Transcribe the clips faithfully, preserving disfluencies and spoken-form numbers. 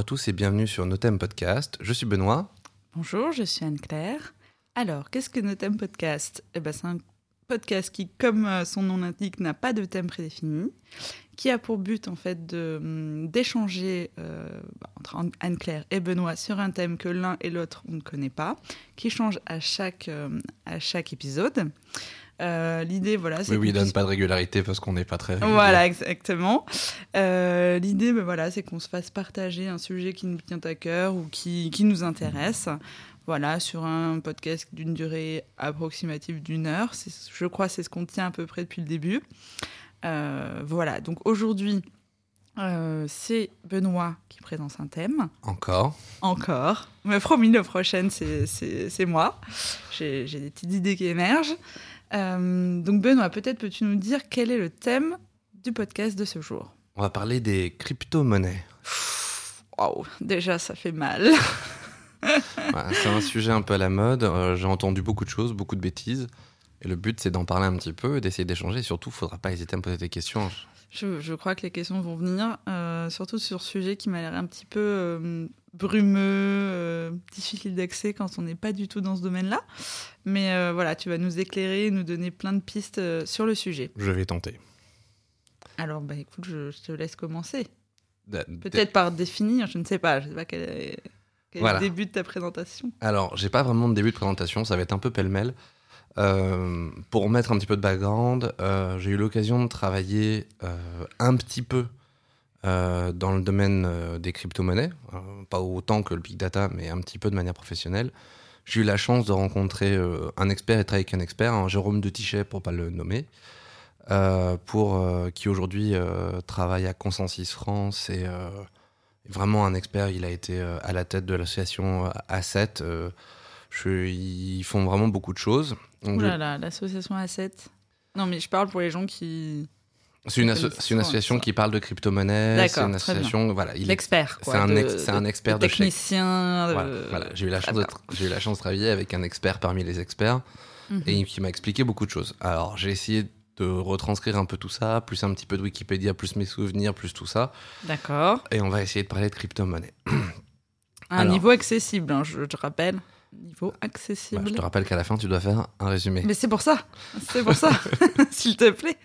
tous et bienvenue sur Notem Podcast. Je suis Benoît. Bonjour, je suis Anne-Claire. Alors, qu'est-ce que Notem Podcast ? Eh ben, c'est un podcast qui, comme son nom l'indique, n'a pas de thème prédéfini, qui a pour but en fait de, d'échanger euh, entre Anne-Claire et Benoît sur un thème que l'un et l'autre on ne connaît pas, qui change à chaque, euh, à chaque épisode. Euh, l'idée, voilà, c'est oui, oui, il puisse... donne pas de régularité parce qu'on n'est pas très régulier. Voilà, exactement. Euh, l'idée, ben voilà, c'est qu'on se fasse partager un sujet qui nous tient à cœur ou qui, qui nous intéresse. Voilà, sur un podcast d'une durée approximative d'une heure. C'est, je crois que c'est ce qu'on tient à peu près depuis le début. Euh, voilà, donc aujourd'hui, euh, c'est Benoît qui présente un thème. Encore. Encore. Mais promis, le prochain, c'est, c'est, c'est moi. J'ai, j'ai des petites idées qui émergent. Euh, donc Benoît, peut-être peux-tu nous dire quel est le thème du podcast de ce jour ? On va parler des crypto-monnaies. Waouh, déjà ça fait mal. Voilà, c'est un sujet un peu à la mode. Euh, j'ai entendu beaucoup de choses, beaucoup de bêtises. Et le but, c'est d'en parler un petit peu, d'essayer d'échanger. Et surtout, il ne faudra pas hésiter à me poser des questions. Je, je crois que les questions vont venir, euh, surtout sur ce sujet qui m'a l'air un petit peu euh, brumeux, euh, difficile d'accès quand on n'est pas du tout dans ce domaine-là. Mais euh, voilà, tu vas nous éclairer, nous donner plein de pistes euh, sur le sujet. Je vais tenter. Alors, bah, écoute, je, je te laisse commencer. Da- Peut-être par définir, je ne sais pas. Je ne sais pas quel est, quel Voilà. est le début de ta présentation. Alors, j'ai pas vraiment de début de présentation, ça va être un peu pêle-mêle. Euh, pour mettre un petit peu de background, euh, j'ai eu l'occasion de travailler euh, un petit peu euh, dans le domaine euh, des crypto-monnaies, euh, pas autant que le big data, mais un petit peu de manière professionnelle. J'ai eu la chance de rencontrer euh, un expert et de travailler avec un expert, hein, Jérôme de Tichet pour pas le nommer, euh, pour, euh, qui aujourd'hui euh, travaille à Consensus France et euh, est vraiment un expert. Il a été euh, à la tête de l'association A sept. Euh, je, ils font vraiment beaucoup de choses. Donc Ouh je- là là, l'association A sept. Non, mais je parle pour les gens qui... C'est une, asso- connaissent c'est une ça, association ça. qui parle de crypto-monnaie. D'accord, C'est une très bien. association. Voilà, il est- L'expert, quoi. c'est un de- ex- c'est un de- expert de de chez- technicien. de- Voilà, voilà. J'ai eu la Très chance de, bien. tra- j'ai eu la chance de travailler avec un expert parmi les experts Mhm. et qui m'a expliqué beaucoup de choses. Alors j'ai essayé de retranscrire un peu tout ça, plus un petit peu de Wikipédia, plus mes souvenirs, plus tout ça, D'accord. et on va essayer de parler de crypto-monnaie. Un Alors. niveau accessible, hein, je te rappelle. Niveau Bah, accessible. je te rappelle qu'à la fin tu dois faire un résumé. Mais c'est pour ça. C'est pour ça. S'il te plaît.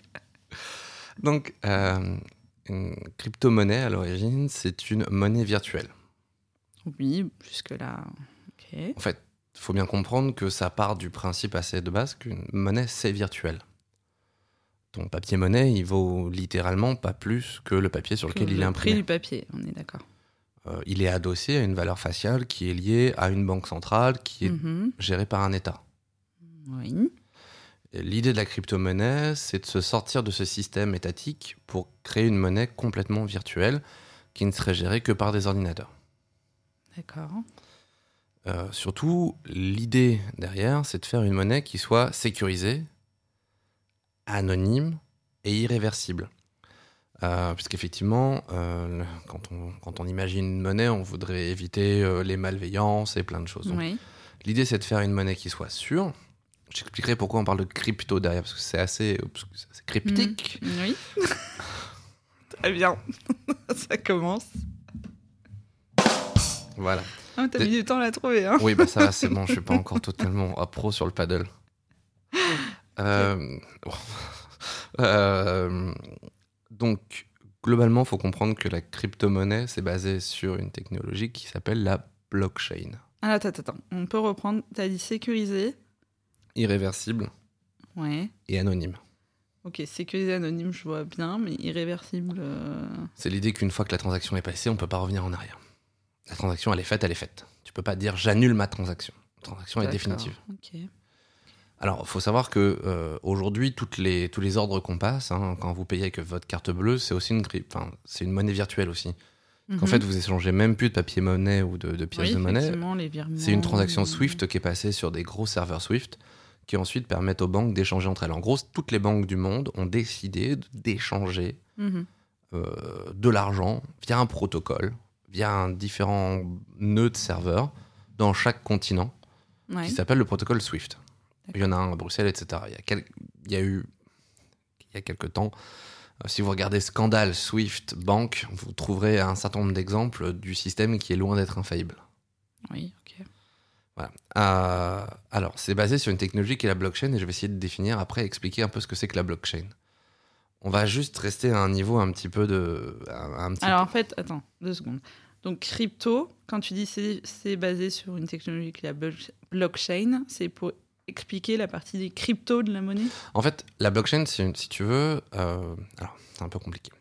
Donc euh, une crypto-monnaie à l'origine, c'est une monnaie virtuelle. Oui, jusque-là. Ok. En fait, il faut bien comprendre que ça part du principe assez de base qu'une monnaie, c'est virtuel. Ton papier-monnaie, il vaut littéralement pas plus que le papier sur lequel Que il est le imprimé. prix du papier, on est d'accord. Euh, il est adossé à une valeur faciale qui est liée à une banque centrale qui est Mhm. gérée par un État. Oui. Et l'idée de la crypto-monnaie, c'est de se sortir de ce système étatique pour créer une monnaie complètement virtuelle qui ne serait gérée que par des ordinateurs. D'accord. Euh, surtout, l'idée derrière, c'est de faire une monnaie qui soit sécurisée, anonyme et irréversible. Euh, puisqu'effectivement, euh, le- quand, on, quand on imagine une monnaie, on voudrait éviter euh, les malveillances et plein de choses. Donc, Oui. l'idée, c'est de faire une monnaie qui soit sûre. Je t'expliquerai pourquoi on parle de crypto derrière, parce que c'est assez, parce que c'est assez cryptique. Mhm. Oui. Très bien. Ça commence. Voilà. Ah, t'as T'es- mis du temps à la trouver, hein. Oui, bah ça va, c'est bon, je suis pas encore totalement à pro sur le paddle. Euh, bon. Euh, donc, globalement, il faut comprendre que la crypto-monnaie, c'est basé sur une technologie qui s'appelle la blockchain. Ah, attends, attends. On peut reprendre. T'as dit sécurisé. Irréversible Ouais. et anonyme. Ok, sécurisé anonyme, je vois bien, mais irréversible. euh, C'est l'idée qu'une fois que la transaction est passée, on ne peut pas revenir en arrière. La transaction, elle est faite, elle est faite. Tu peux pas dire j'annule ma transaction. La transaction est D'accord. définitive. Ok. Alors, il faut savoir que euh, aujourd'hui, toutes les, tous les ordres qu'on passe, hein, quand vous payez avec votre carte bleue, c'est aussi une, cryp- enfin, c'est une monnaie virtuelle aussi. En Mhm. fait, vous échangez même plus de papier-monnaie ou de, de pièces Oui, de monnaie. effectivement, les virements. C'est une transaction Swift qui est passée sur des gros serveurs Swift qui ensuite permettent aux banques d'échanger entre elles. En gros, toutes les banques du monde ont décidé d'échanger Mhm. euh, de l'argent via un protocole, via un différent nœud de serveurs dans chaque continent Ouais. qui s'appelle le protocole Swift. D'accord. Il y en a un à Bruxelles, et cetera. Il y a, quel- il y a eu, il y a quelques temps, Euh, si vous regardez Scandale, Swift, Bank, vous trouverez un certain nombre d'exemples du système qui est loin d'être infaillible. Oui, ok. Voilà. Euh, alors, c'est basé sur une technologie qui est la blockchain et je vais essayer de définir après, expliquer un peu ce que c'est que la blockchain. On va juste rester à un niveau un petit peu de... Un, un petit Alors, peu... en fait, attends, deux secondes. Donc, crypto, quand tu dis c'est, c'est basé sur une technologie qui est la blockchain, c'est pour expliquer la partie des cryptos de la monnaie ? En fait, la blockchain, c'est une, si tu veux... Euh, alors, c'est un peu compliqué.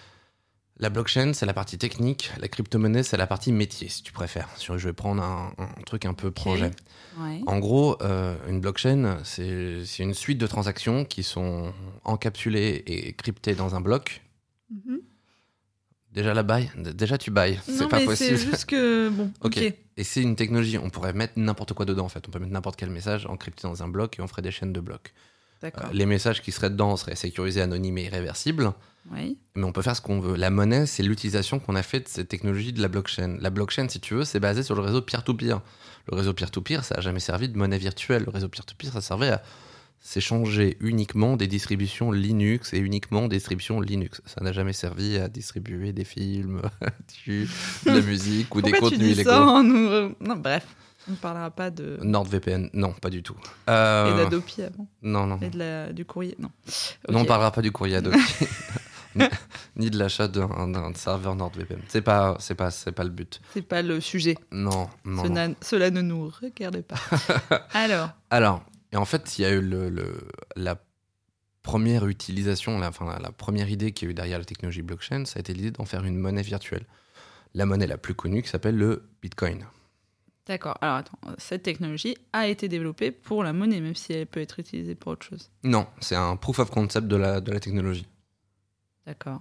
La blockchain, c'est la partie technique. La crypto-monnaie, c'est la partie métier, si tu préfères. Si je vais prendre un, un truc un peu Ok. projet. Ouais. En gros, euh, une blockchain, c'est, c'est une suite de transactions qui sont encapsulées et cryptées dans un bloc. Mhm. Déjà la baille, déjà tu bailles, c'est Non, pas mais possible. c'est juste que... Bon, ok. ok. Et c'est une technologie, on pourrait mettre n'importe quoi dedans en fait. On peut mettre n'importe quel message encrypté dans un bloc et on ferait des chaînes de blocs. D'accord. Euh, les messages qui seraient dedans seraient sécurisés, anonymes et irréversibles. Oui. Mais on peut faire ce qu'on veut. La monnaie, c'est l'utilisation qu'on a fait de cette technologie de la blockchain. La blockchain, si tu veux, c'est basé sur le réseau peer-to-peer. Le réseau peer-to-peer, ça n'a jamais servi de monnaie virtuelle. Le réseau peer-to-peer, ça servait à s'échanger uniquement des distributions Linux et uniquement des distributions Linux. Ça n'a jamais servi à distribuer des films, du, de la musique ou des Pourquoi contenus tu dis illégaux. ça en nous... Non, bref. On ne parlera pas de... NordVPN, non, pas du tout. Euh, Et d'Adopi avant. Non, non. Et de la... du courrier, non. Non, on Ok. parlera pas du courrier Adobe. ni, ni de l'achat d'un, d'un serveur NordVPN. C'est pas, c'est pas, c'est pas le but. C'est pas le sujet. Non, non. Cela, non. cela ne nous regarde pas. Alors, Alors, et en fait, il y a eu le, le, la première utilisation, la, enfin, la, la première idée qu'il y a eu derrière la technologie blockchain, ça a été l'idée d'en faire une monnaie virtuelle. La monnaie la plus connue qui s'appelle le Bitcoin. d'accord. Alors, attends. Cette technologie a été développée pour la monnaie, même si elle peut être utilisée pour autre chose. Non, c'est un proof of concept de la, de la technologie. D'accord.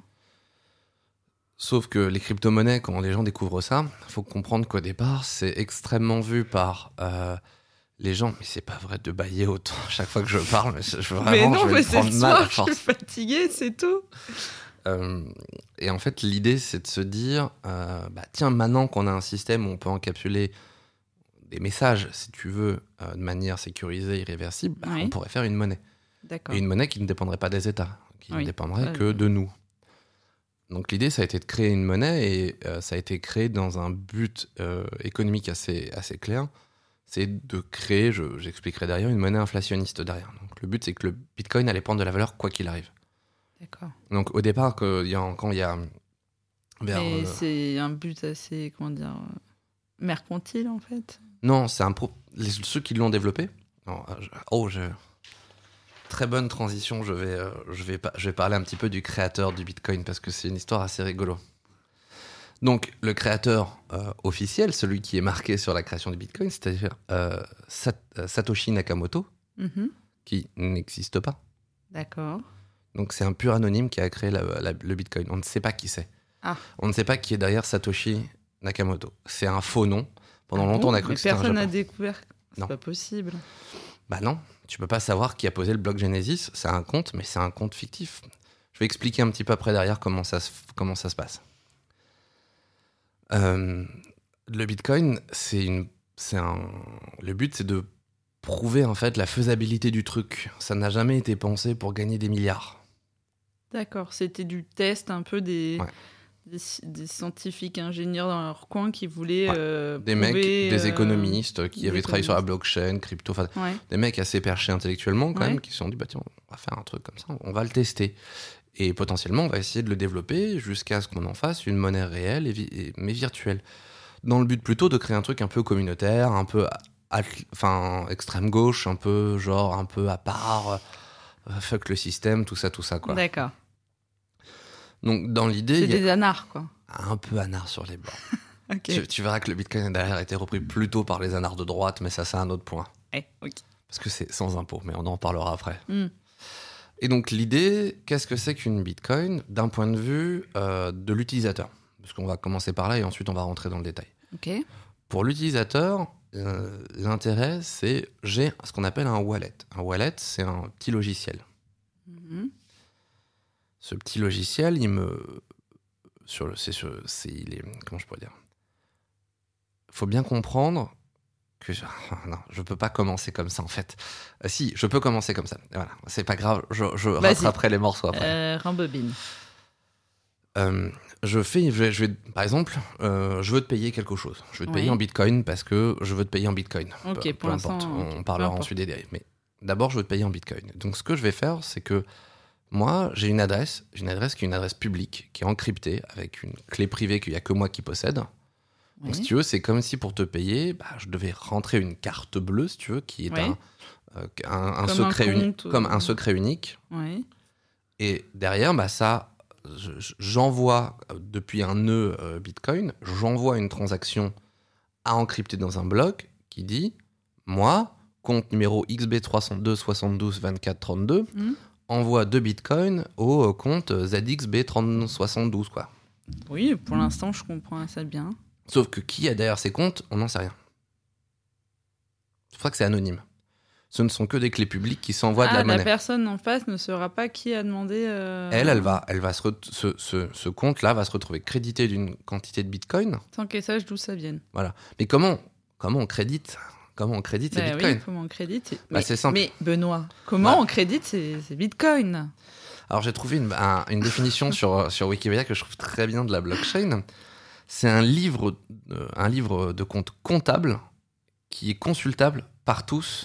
Sauf que les crypto-monnaies, quand les gens découvrent ça, il faut comprendre qu'au départ, c'est extrêmement vu par euh, les gens. Mais c'est pas vrai de bailler autant chaque fois que je parle. Mais je, je, vraiment, mais non, je vais mais me c'est prendre le mal à soir, je force. suis fatiguée, c'est tout. Euh, et en fait, l'idée, c'est de se dire, euh, bah, tiens, maintenant qu'on a un système où on peut encapsuler des messages, si tu veux, euh, de manière sécurisée, irréversible, bah, Oui. on pourrait faire une monnaie. D'accord. Et une monnaie qui ne dépendrait pas des États, qui Oui. ne dépendrait Ouais. que de nous. Donc l'idée, ça a été de créer une monnaie et euh, ça a été créé dans un but euh, économique assez, assez clair. C'est de créer, je, j'expliquerai derrière, une monnaie inflationniste derrière. Donc le but, c'est que le Bitcoin allait prendre de la valeur quoi qu'il arrive. D'accord. Donc au départ, que, y a, quand il y a... vers, Mais euh, c'est un but assez, comment dire, euh, mercantile, en fait. Non, c'est un pro... les, ceux qui l'ont développé. Non, je... Oh, je... Très bonne transition. Je vais, euh, je, vais pa... je vais parler un petit peu du créateur du Bitcoin parce que c'est une histoire assez rigolo. Donc, le créateur euh, officiel, celui qui est marqué sur la création du Bitcoin, c'est-à-dire euh, Sat... Satoshi Nakamoto, Mhm. qui n'existe pas. D'accord. Donc, c'est un pur anonyme qui a créé la, la, le Bitcoin. On ne sait pas qui c'est. Ah. On ne sait pas qui est derrière Satoshi Nakamoto. C'est un faux nom. Pendant Ah longtemps, bon on a cru Mais que c'était un personne n'a Japonais. découvert. C'est Non. pas possible. Bah non, tu peux pas savoir qui a posé le bloc Genesis. C'est un compte, mais c'est un compte fictif. Je vais expliquer un petit peu après derrière comment ça se, comment ça se passe. Euh, le Bitcoin, c'est une, c'est un. Le but, c'est de prouver en fait la faisabilité du truc. Ça n'a jamais été pensé pour gagner des milliards. D'accord. C'était du test un peu des, Ouais. des, des scientifiques ingénieurs dans leur coin qui voulaient. Ouais. euh, Des prouver, mecs, des euh, économistes qui des avaient travaillé sur la économistes. blockchain, crypto, enfin, Ouais. des mecs assez perchés intellectuellement quand Ouais. même, qui se sont dit bah tiens, on va faire un truc comme ça, on va le tester. Et potentiellement, on va essayer de le développer jusqu'à ce qu'on en fasse une monnaie réelle, et vi- et- mais virtuelle. Dans le but plutôt de créer un truc un peu communautaire, un peu at- enfin, extrême gauche, un peu genre un peu à part, euh, fuck le système, tout ça, tout ça, quoi. D'accord. Donc dans l'idée, C'est il y a des anards, quoi. un peu anard sur les bords. Ok. Tu, tu verras que le Bitcoin derrière a été repris plutôt par les anards de droite, mais ça, c'est un autre point. Ouais, ok. Parce que c'est sans impôt, mais on en parlera après. Hmm. Et donc l'idée, qu'est-ce que c'est qu'une Bitcoin d'un point de vue euh, de l'utilisateur? Parce qu'on va commencer par là et ensuite on va rentrer dans le détail. Ok. Pour l'utilisateur, euh, l'intérêt, c'est j'ai ce qu'on appelle un wallet. Un wallet, c'est un petit logiciel. Mhm. Ce petit logiciel, il me... Sur le, c'est sur, c'est, il est, comment je pourrais dire? Il faut bien comprendre que je, non, je peux pas commencer comme ça en fait. Euh, si, je peux commencer comme ça. Voilà, c'est pas grave, je, je rattraperai les morceaux après. Euh, rembobine. Euh, je fais, je vais, je vais, par exemple, euh, je veux te payer quelque chose. Je veux te Oui. payer en Bitcoin parce que je veux te payer en Bitcoin. Ok, peu, pour peu l'instant, importe. okay, On parlera ensuite des dérives. Mais d'abord, je veux te payer en Bitcoin. Donc, ce que je vais faire, c'est que moi, j'ai une adresse, j'ai une adresse qui est une adresse publique, qui est encryptée avec une clé privée qu'il y a que moi qui possède. Oui. Donc, si tu veux, c'est comme si pour te payer, bah, je devais rentrer une carte bleue, si tu veux, qui est oui. un, euh, un, un comme secret un unique, compte, comme ou... un secret unique. Oui. Et derrière, bah, ça, j'envoie depuis un nœud euh, Bitcoin, j'envoie une transaction à encrypter dans un bloc qui dit, moi, compte numéro X B trois cent deux soixante-douze vingt-quatre trente-deux, mmh. envoie deux Bitcoins au compte Z X B trente soixante-douze, quoi. Oui, pour l'instant, je comprends ça bien. Sauf que qui est derrière ces comptes, on n'en sait rien. C'est pour ça que c'est anonyme. Ce ne sont que des clés publiques qui s'envoient ah, de la, la monnaie. La personne en face ne saura pas qui a demandé... Euh... Elle, elle va, elle va se re- ce, ce, ce compte-là va se retrouver crédité d'une quantité de Bitcoin. Sans qu'elle sache d'où ça vienne. Voilà. Mais comment, comment on crédite Comment on crédite bah ces Bitcoins oui, comment on crédite c'est... Bah, mais, c'est simple. Mais Benoît, comment bah. on crédite ces, ces Bitcoins? Alors j'ai trouvé une, un, une définition sur, sur Wikipédia que je trouve très bien de la blockchain. C'est un livre, euh, un livre de compte comptable qui est consultable par tous.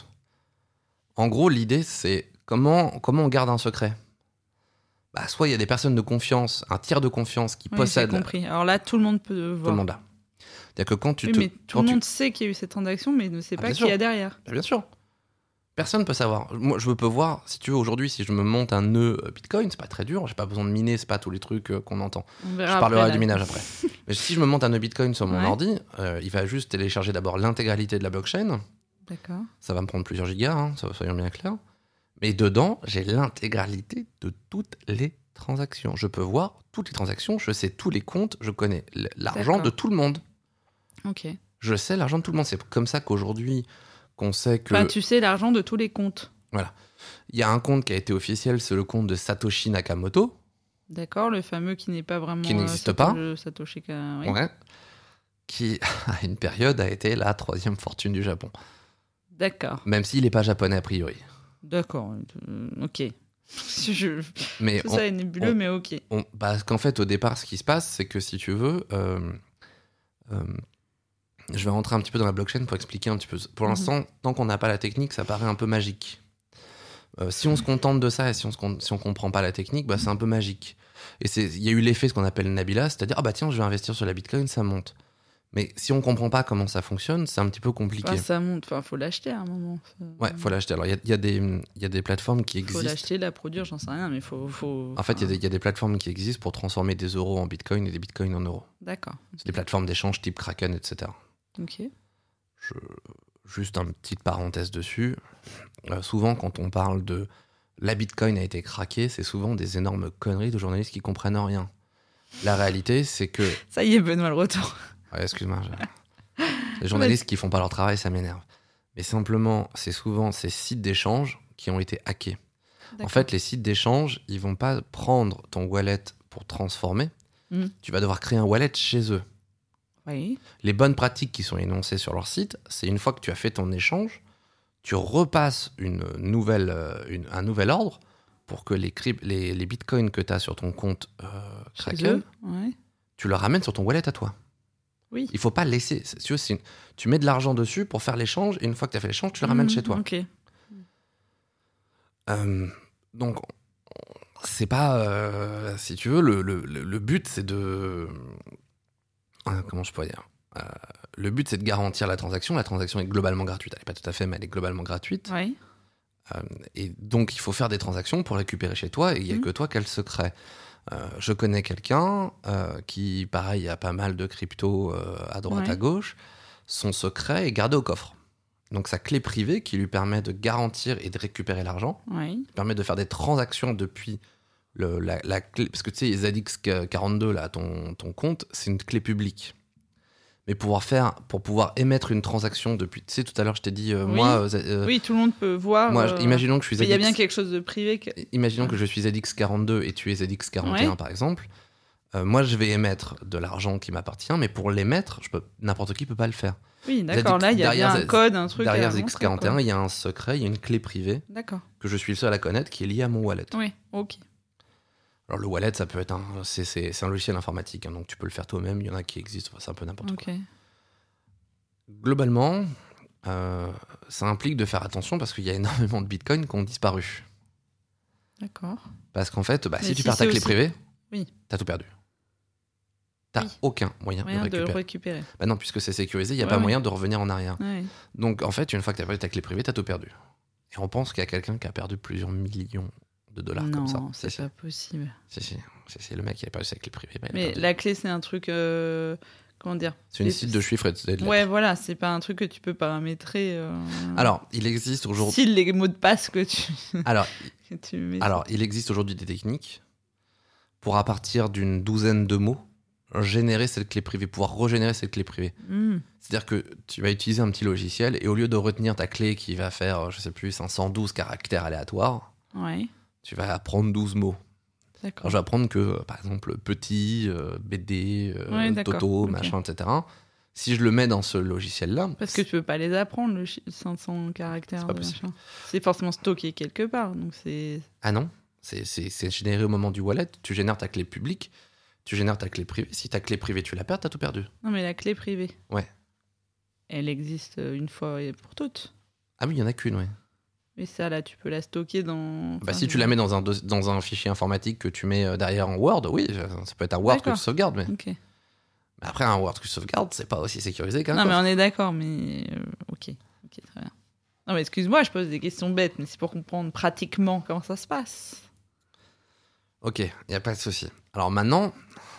En gros, l'idée, c'est comment, comment on garde un secret. Bah, soit il y a des personnes de confiance, un tiers de confiance qui oui, possède... j'ai compris. Alors là, tout le monde peut voir. Tout le monde là. C'est-à-dire que quand tu oui, te... mais tout quand le tu... monde sait qu'il y a eu cette transaction, mais ne sait ah, pas qui sûr. y a derrière. Bien sûr. Personne ne peut savoir. Moi, je peux voir, si tu veux, aujourd'hui, si je me monte un nœud Bitcoin, c'est pas très dur, j'ai pas besoin de miner, c'est pas tous les trucs euh, qu'on entend. On je parlerai après, du minage après. Mais si je me monte un nœud Bitcoin sur mon ouais. ordi, euh, il va juste télécharger d'abord l'intégralité de la blockchain. D'accord. Ça va me prendre plusieurs gigas, hein, soyons bien clairs. Mais dedans, j'ai l'intégralité de toutes les transactions. Je peux voir toutes les transactions, je sais tous les comptes, je connais l'argent de tout le monde. Ok. Je sais l'argent de tout le monde. C'est comme ça qu'aujourd'hui, qu'on sait que... Enfin, tu sais l'argent de tous les comptes. Voilà. Il y a un compte qui a été officiel, c'est le compte de Satoshi Nakamoto. D'accord, le fameux qui n'est pas vraiment... Qui n'existe euh, pas. Satoshi Ka... oui. Ouais. Qui, à une période, a été la troisième fortune du Japon. D'accord. Même s'il n'est pas japonais a priori. D'accord, euh, ok. Je... Mais Tout on, ça est nébuleux, on, mais ok. On, parce qu'en fait, au départ, ce qui se passe, c'est que si tu veux... Euh, euh, je vais rentrer un petit peu dans la blockchain pour expliquer un petit peu. Pour mm-hmm. l'instant, tant qu'on n'a pas la technique, ça paraît un peu magique. Euh, si on se contente de ça et si on ne si on comprend pas la technique, bah, c'est un peu magique. Et il y a eu l'effet, ce qu'on appelle Nabila, c'est-à-dire, ah bah tiens, je vais investir sur la Bitcoin, ça monte. Mais si on comprend pas comment ça fonctionne, c'est un petit peu compliqué. Enfin, ça monte, enfin, faut l'acheter à un moment. Ça... Ouais, faut l'acheter. Alors, il y, y, y a des plateformes qui existent. Faut l'acheter, la produire, j'en sais rien, mais faut... faut... En fait, il y, y a des plateformes qui existent pour transformer des euros en Bitcoin et des Bitcoins en euros. D'accord. C'est des plateformes d'échange type Kraken, et cetera. Ok. Je... Juste une petite parenthèse dessus. Euh, souvent, quand on parle de la Bitcoin a été craquée, c'est souvent des énormes conneries de journalistes qui comprennent rien. La réalité, c'est que... Ça y est, Benoît, le retour. Ouais, excuse-moi. Je... Les journalistes qui font pas leur travail, ça m'énerve. Mais simplement, c'est souvent ces sites d'échange qui ont été hackés. D'accord. En fait, les sites d'échange, ils vont pas prendre ton wallet pour transformer. Mmh. Tu vas devoir créer un wallet chez eux. Oui. Les bonnes pratiques qui sont énoncées sur leur site, c'est une fois que tu as fait ton échange, tu repasses une nouvelle, une, un nouvel ordre pour que les, les, les bitcoins que tu as sur ton compte euh, Kraken, ouais. tu le ramènes sur ton wallet à toi. Oui. Il ne faut pas laisser. Tu, vois, une, tu mets de l'argent dessus pour faire l'échange, et une fois que tu as fait l'échange, tu le ramènes mmh, chez toi. Ok. Euh, donc, c'est pas... Euh, si tu veux, le, le, le but, c'est de... Euh, comment je pourrais dire euh, Le but, c'est de garantir la transaction. La transaction est globalement gratuite. Elle n'est pas tout à fait, mais elle est globalement gratuite. Oui. Euh, et donc, il faut faire des transactions pour récupérer chez toi, et il n'y a mmh. que toi qui as le secret. Euh, je connais quelqu'un euh, qui, pareil, a pas mal de crypto euh, à droite, ouais. à gauche. Son secret est gardé au coffre. Donc, sa clé privée qui lui permet de garantir et de récupérer l'argent, ouais. permet de faire des transactions depuis le, la, la clé. Parce que tu sais, Z X quarante-deux, là, ton, ton compte, c'est une clé publique. Mais pouvoir faire, pour pouvoir émettre une transaction depuis... Tu sais, tout à l'heure, je t'ai dit, euh, oui. moi... Euh, oui, tout le monde peut voir... Moi, euh... imaginons que je suis Z X... Il y a bien quelque chose de privé... Que... Imaginons ouais. que je suis Z X quarante-deux et tu es Z X quarante et un, ouais. par exemple. Euh, moi, je vais émettre de l'argent qui m'appartient, mais pour l'émettre, je peux... n'importe qui ne peut pas le faire. Oui, d'accord. Là, il y a bien un code, un truc. Derrière Z X quarante et un, il y a un secret, il y a une clé privée. D'accord. Que je suis le seul à connaître, qui est liée à mon wallet. Oui, ok. Alors le wallet, ça peut être un, c'est, c'est, c'est un logiciel informatique, hein, donc tu peux le faire toi-même. Il y en a qui existent, enfin, c'est un peu n'importe okay. quoi. Globalement, euh, ça implique de faire attention parce qu'il y a énormément de bitcoins qui ont disparu. D'accord. Parce qu'en fait, bah, si, si tu si perds ta clé aussi... privée, oui. t'as tout perdu. T'as oui. aucun moyen, moyen de récupérer. De récupérer. Bah non, puisque c'est sécurisé, il n'y a ouais, pas ouais. moyen de revenir en arrière. Ouais. Donc en fait, une fois que t'as perdu ta clé privée, t'as tout perdu. Et on pense qu'il y a quelqu'un qui a perdu plusieurs millions de dollars non, comme ça. Non, c'est, c'est pas possible. C'est, c'est, c'est, c'est le mec qui a perdu sa clé privée. Bah, mais la clé, c'est un truc... Euh... Comment dire ? C'est une liste de chiffres et de lettres. Ouais, voilà, c'est pas un truc que tu peux paramétrer. Euh... Alors, il existe aujourd'hui. Si les mots de passe que tu. Alors, que tu mets alors il existe aujourd'hui des techniques pour, à partir d'une douzaine de mots, générer cette clé privée, pouvoir régénérer cette clé privée. Mm. C'est-à-dire que tu vas utiliser un petit logiciel et au lieu de retenir ta clé qui va faire, je sais plus, un cent douze caractères aléatoires, ouais. tu vas apprendre douze mots. D'accord. Alors, je vais apprendre que, euh, par exemple, petit, euh, B D, euh, ouais, Toto, okay. machin, et cetera. Si je le mets dans ce logiciel-là... Parce que tu peux pas les apprendre, le cinq cents caractères. C'est pas possible. Machin. C'est forcément stocké quelque part. Donc c'est... Ah non, c'est, c'est, c'est généré au moment du wallet. Tu génères ta clé publique, tu génères ta clé privée. Si ta clé privée, tu la perds, t'as tout perdu. Non, mais la clé privée... Ouais. Elle existe une fois et pour toutes. Ah oui, il y en a qu'une, ouais. Mais ça, là, tu peux la stocker dans... Bah, enfin, si tu la mets dans un, do- dans un fichier informatique que tu mets derrière en Word, oui, ça peut être un Word d'accord. que tu sauvegardes. Mais... Okay. mais après, un Word que tu sauvegardes, c'est pas aussi sécurisé qu'un Non, coffre. mais on est d'accord, mais... Euh, ok, ok, très bien. Non, mais excuse-moi, je pose des questions bêtes, mais c'est pour comprendre pratiquement comment ça se passe. Ok, il n'y a pas de souci. Alors maintenant,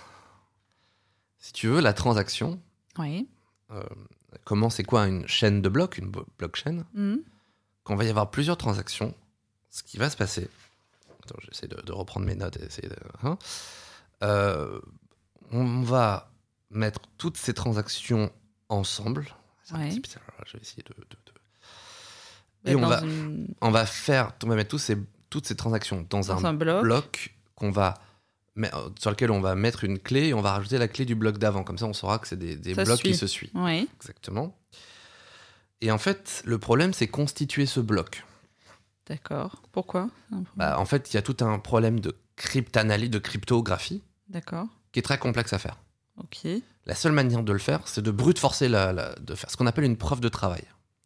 si tu veux, la transaction... Oui. Euh, comment, c'est quoi une chaîne de blocs, une blockchain mm. Quand il va y avoir plusieurs transactions, ce qui va se passer... Attends, j'essaie de, de reprendre mes notes et essayer de... Hein euh, on va mettre toutes ces transactions ensemble. Ouais. Petit... Je vais essayer de... de, de... Et on va, une... on va faire... On va mettre tous ces, toutes ces transactions dans, dans un, un bloc, bloc qu'on va... sur lequel on va mettre une clé et on va rajouter la clé du bloc d'avant. Comme ça, on saura que c'est des, des blocs suit. qui se suivent. Oui. Exactement. Et en fait, le problème, c'est constituer ce bloc. D'accord. Pourquoi ? Bah, en fait, il y a tout un problème de cryptanalyse, de cryptographie. D'accord. Qui est très complexe à faire. Ok. La seule manière de le faire, c'est de brute forcer la, la, de faire ce qu'on appelle une preuve de travail.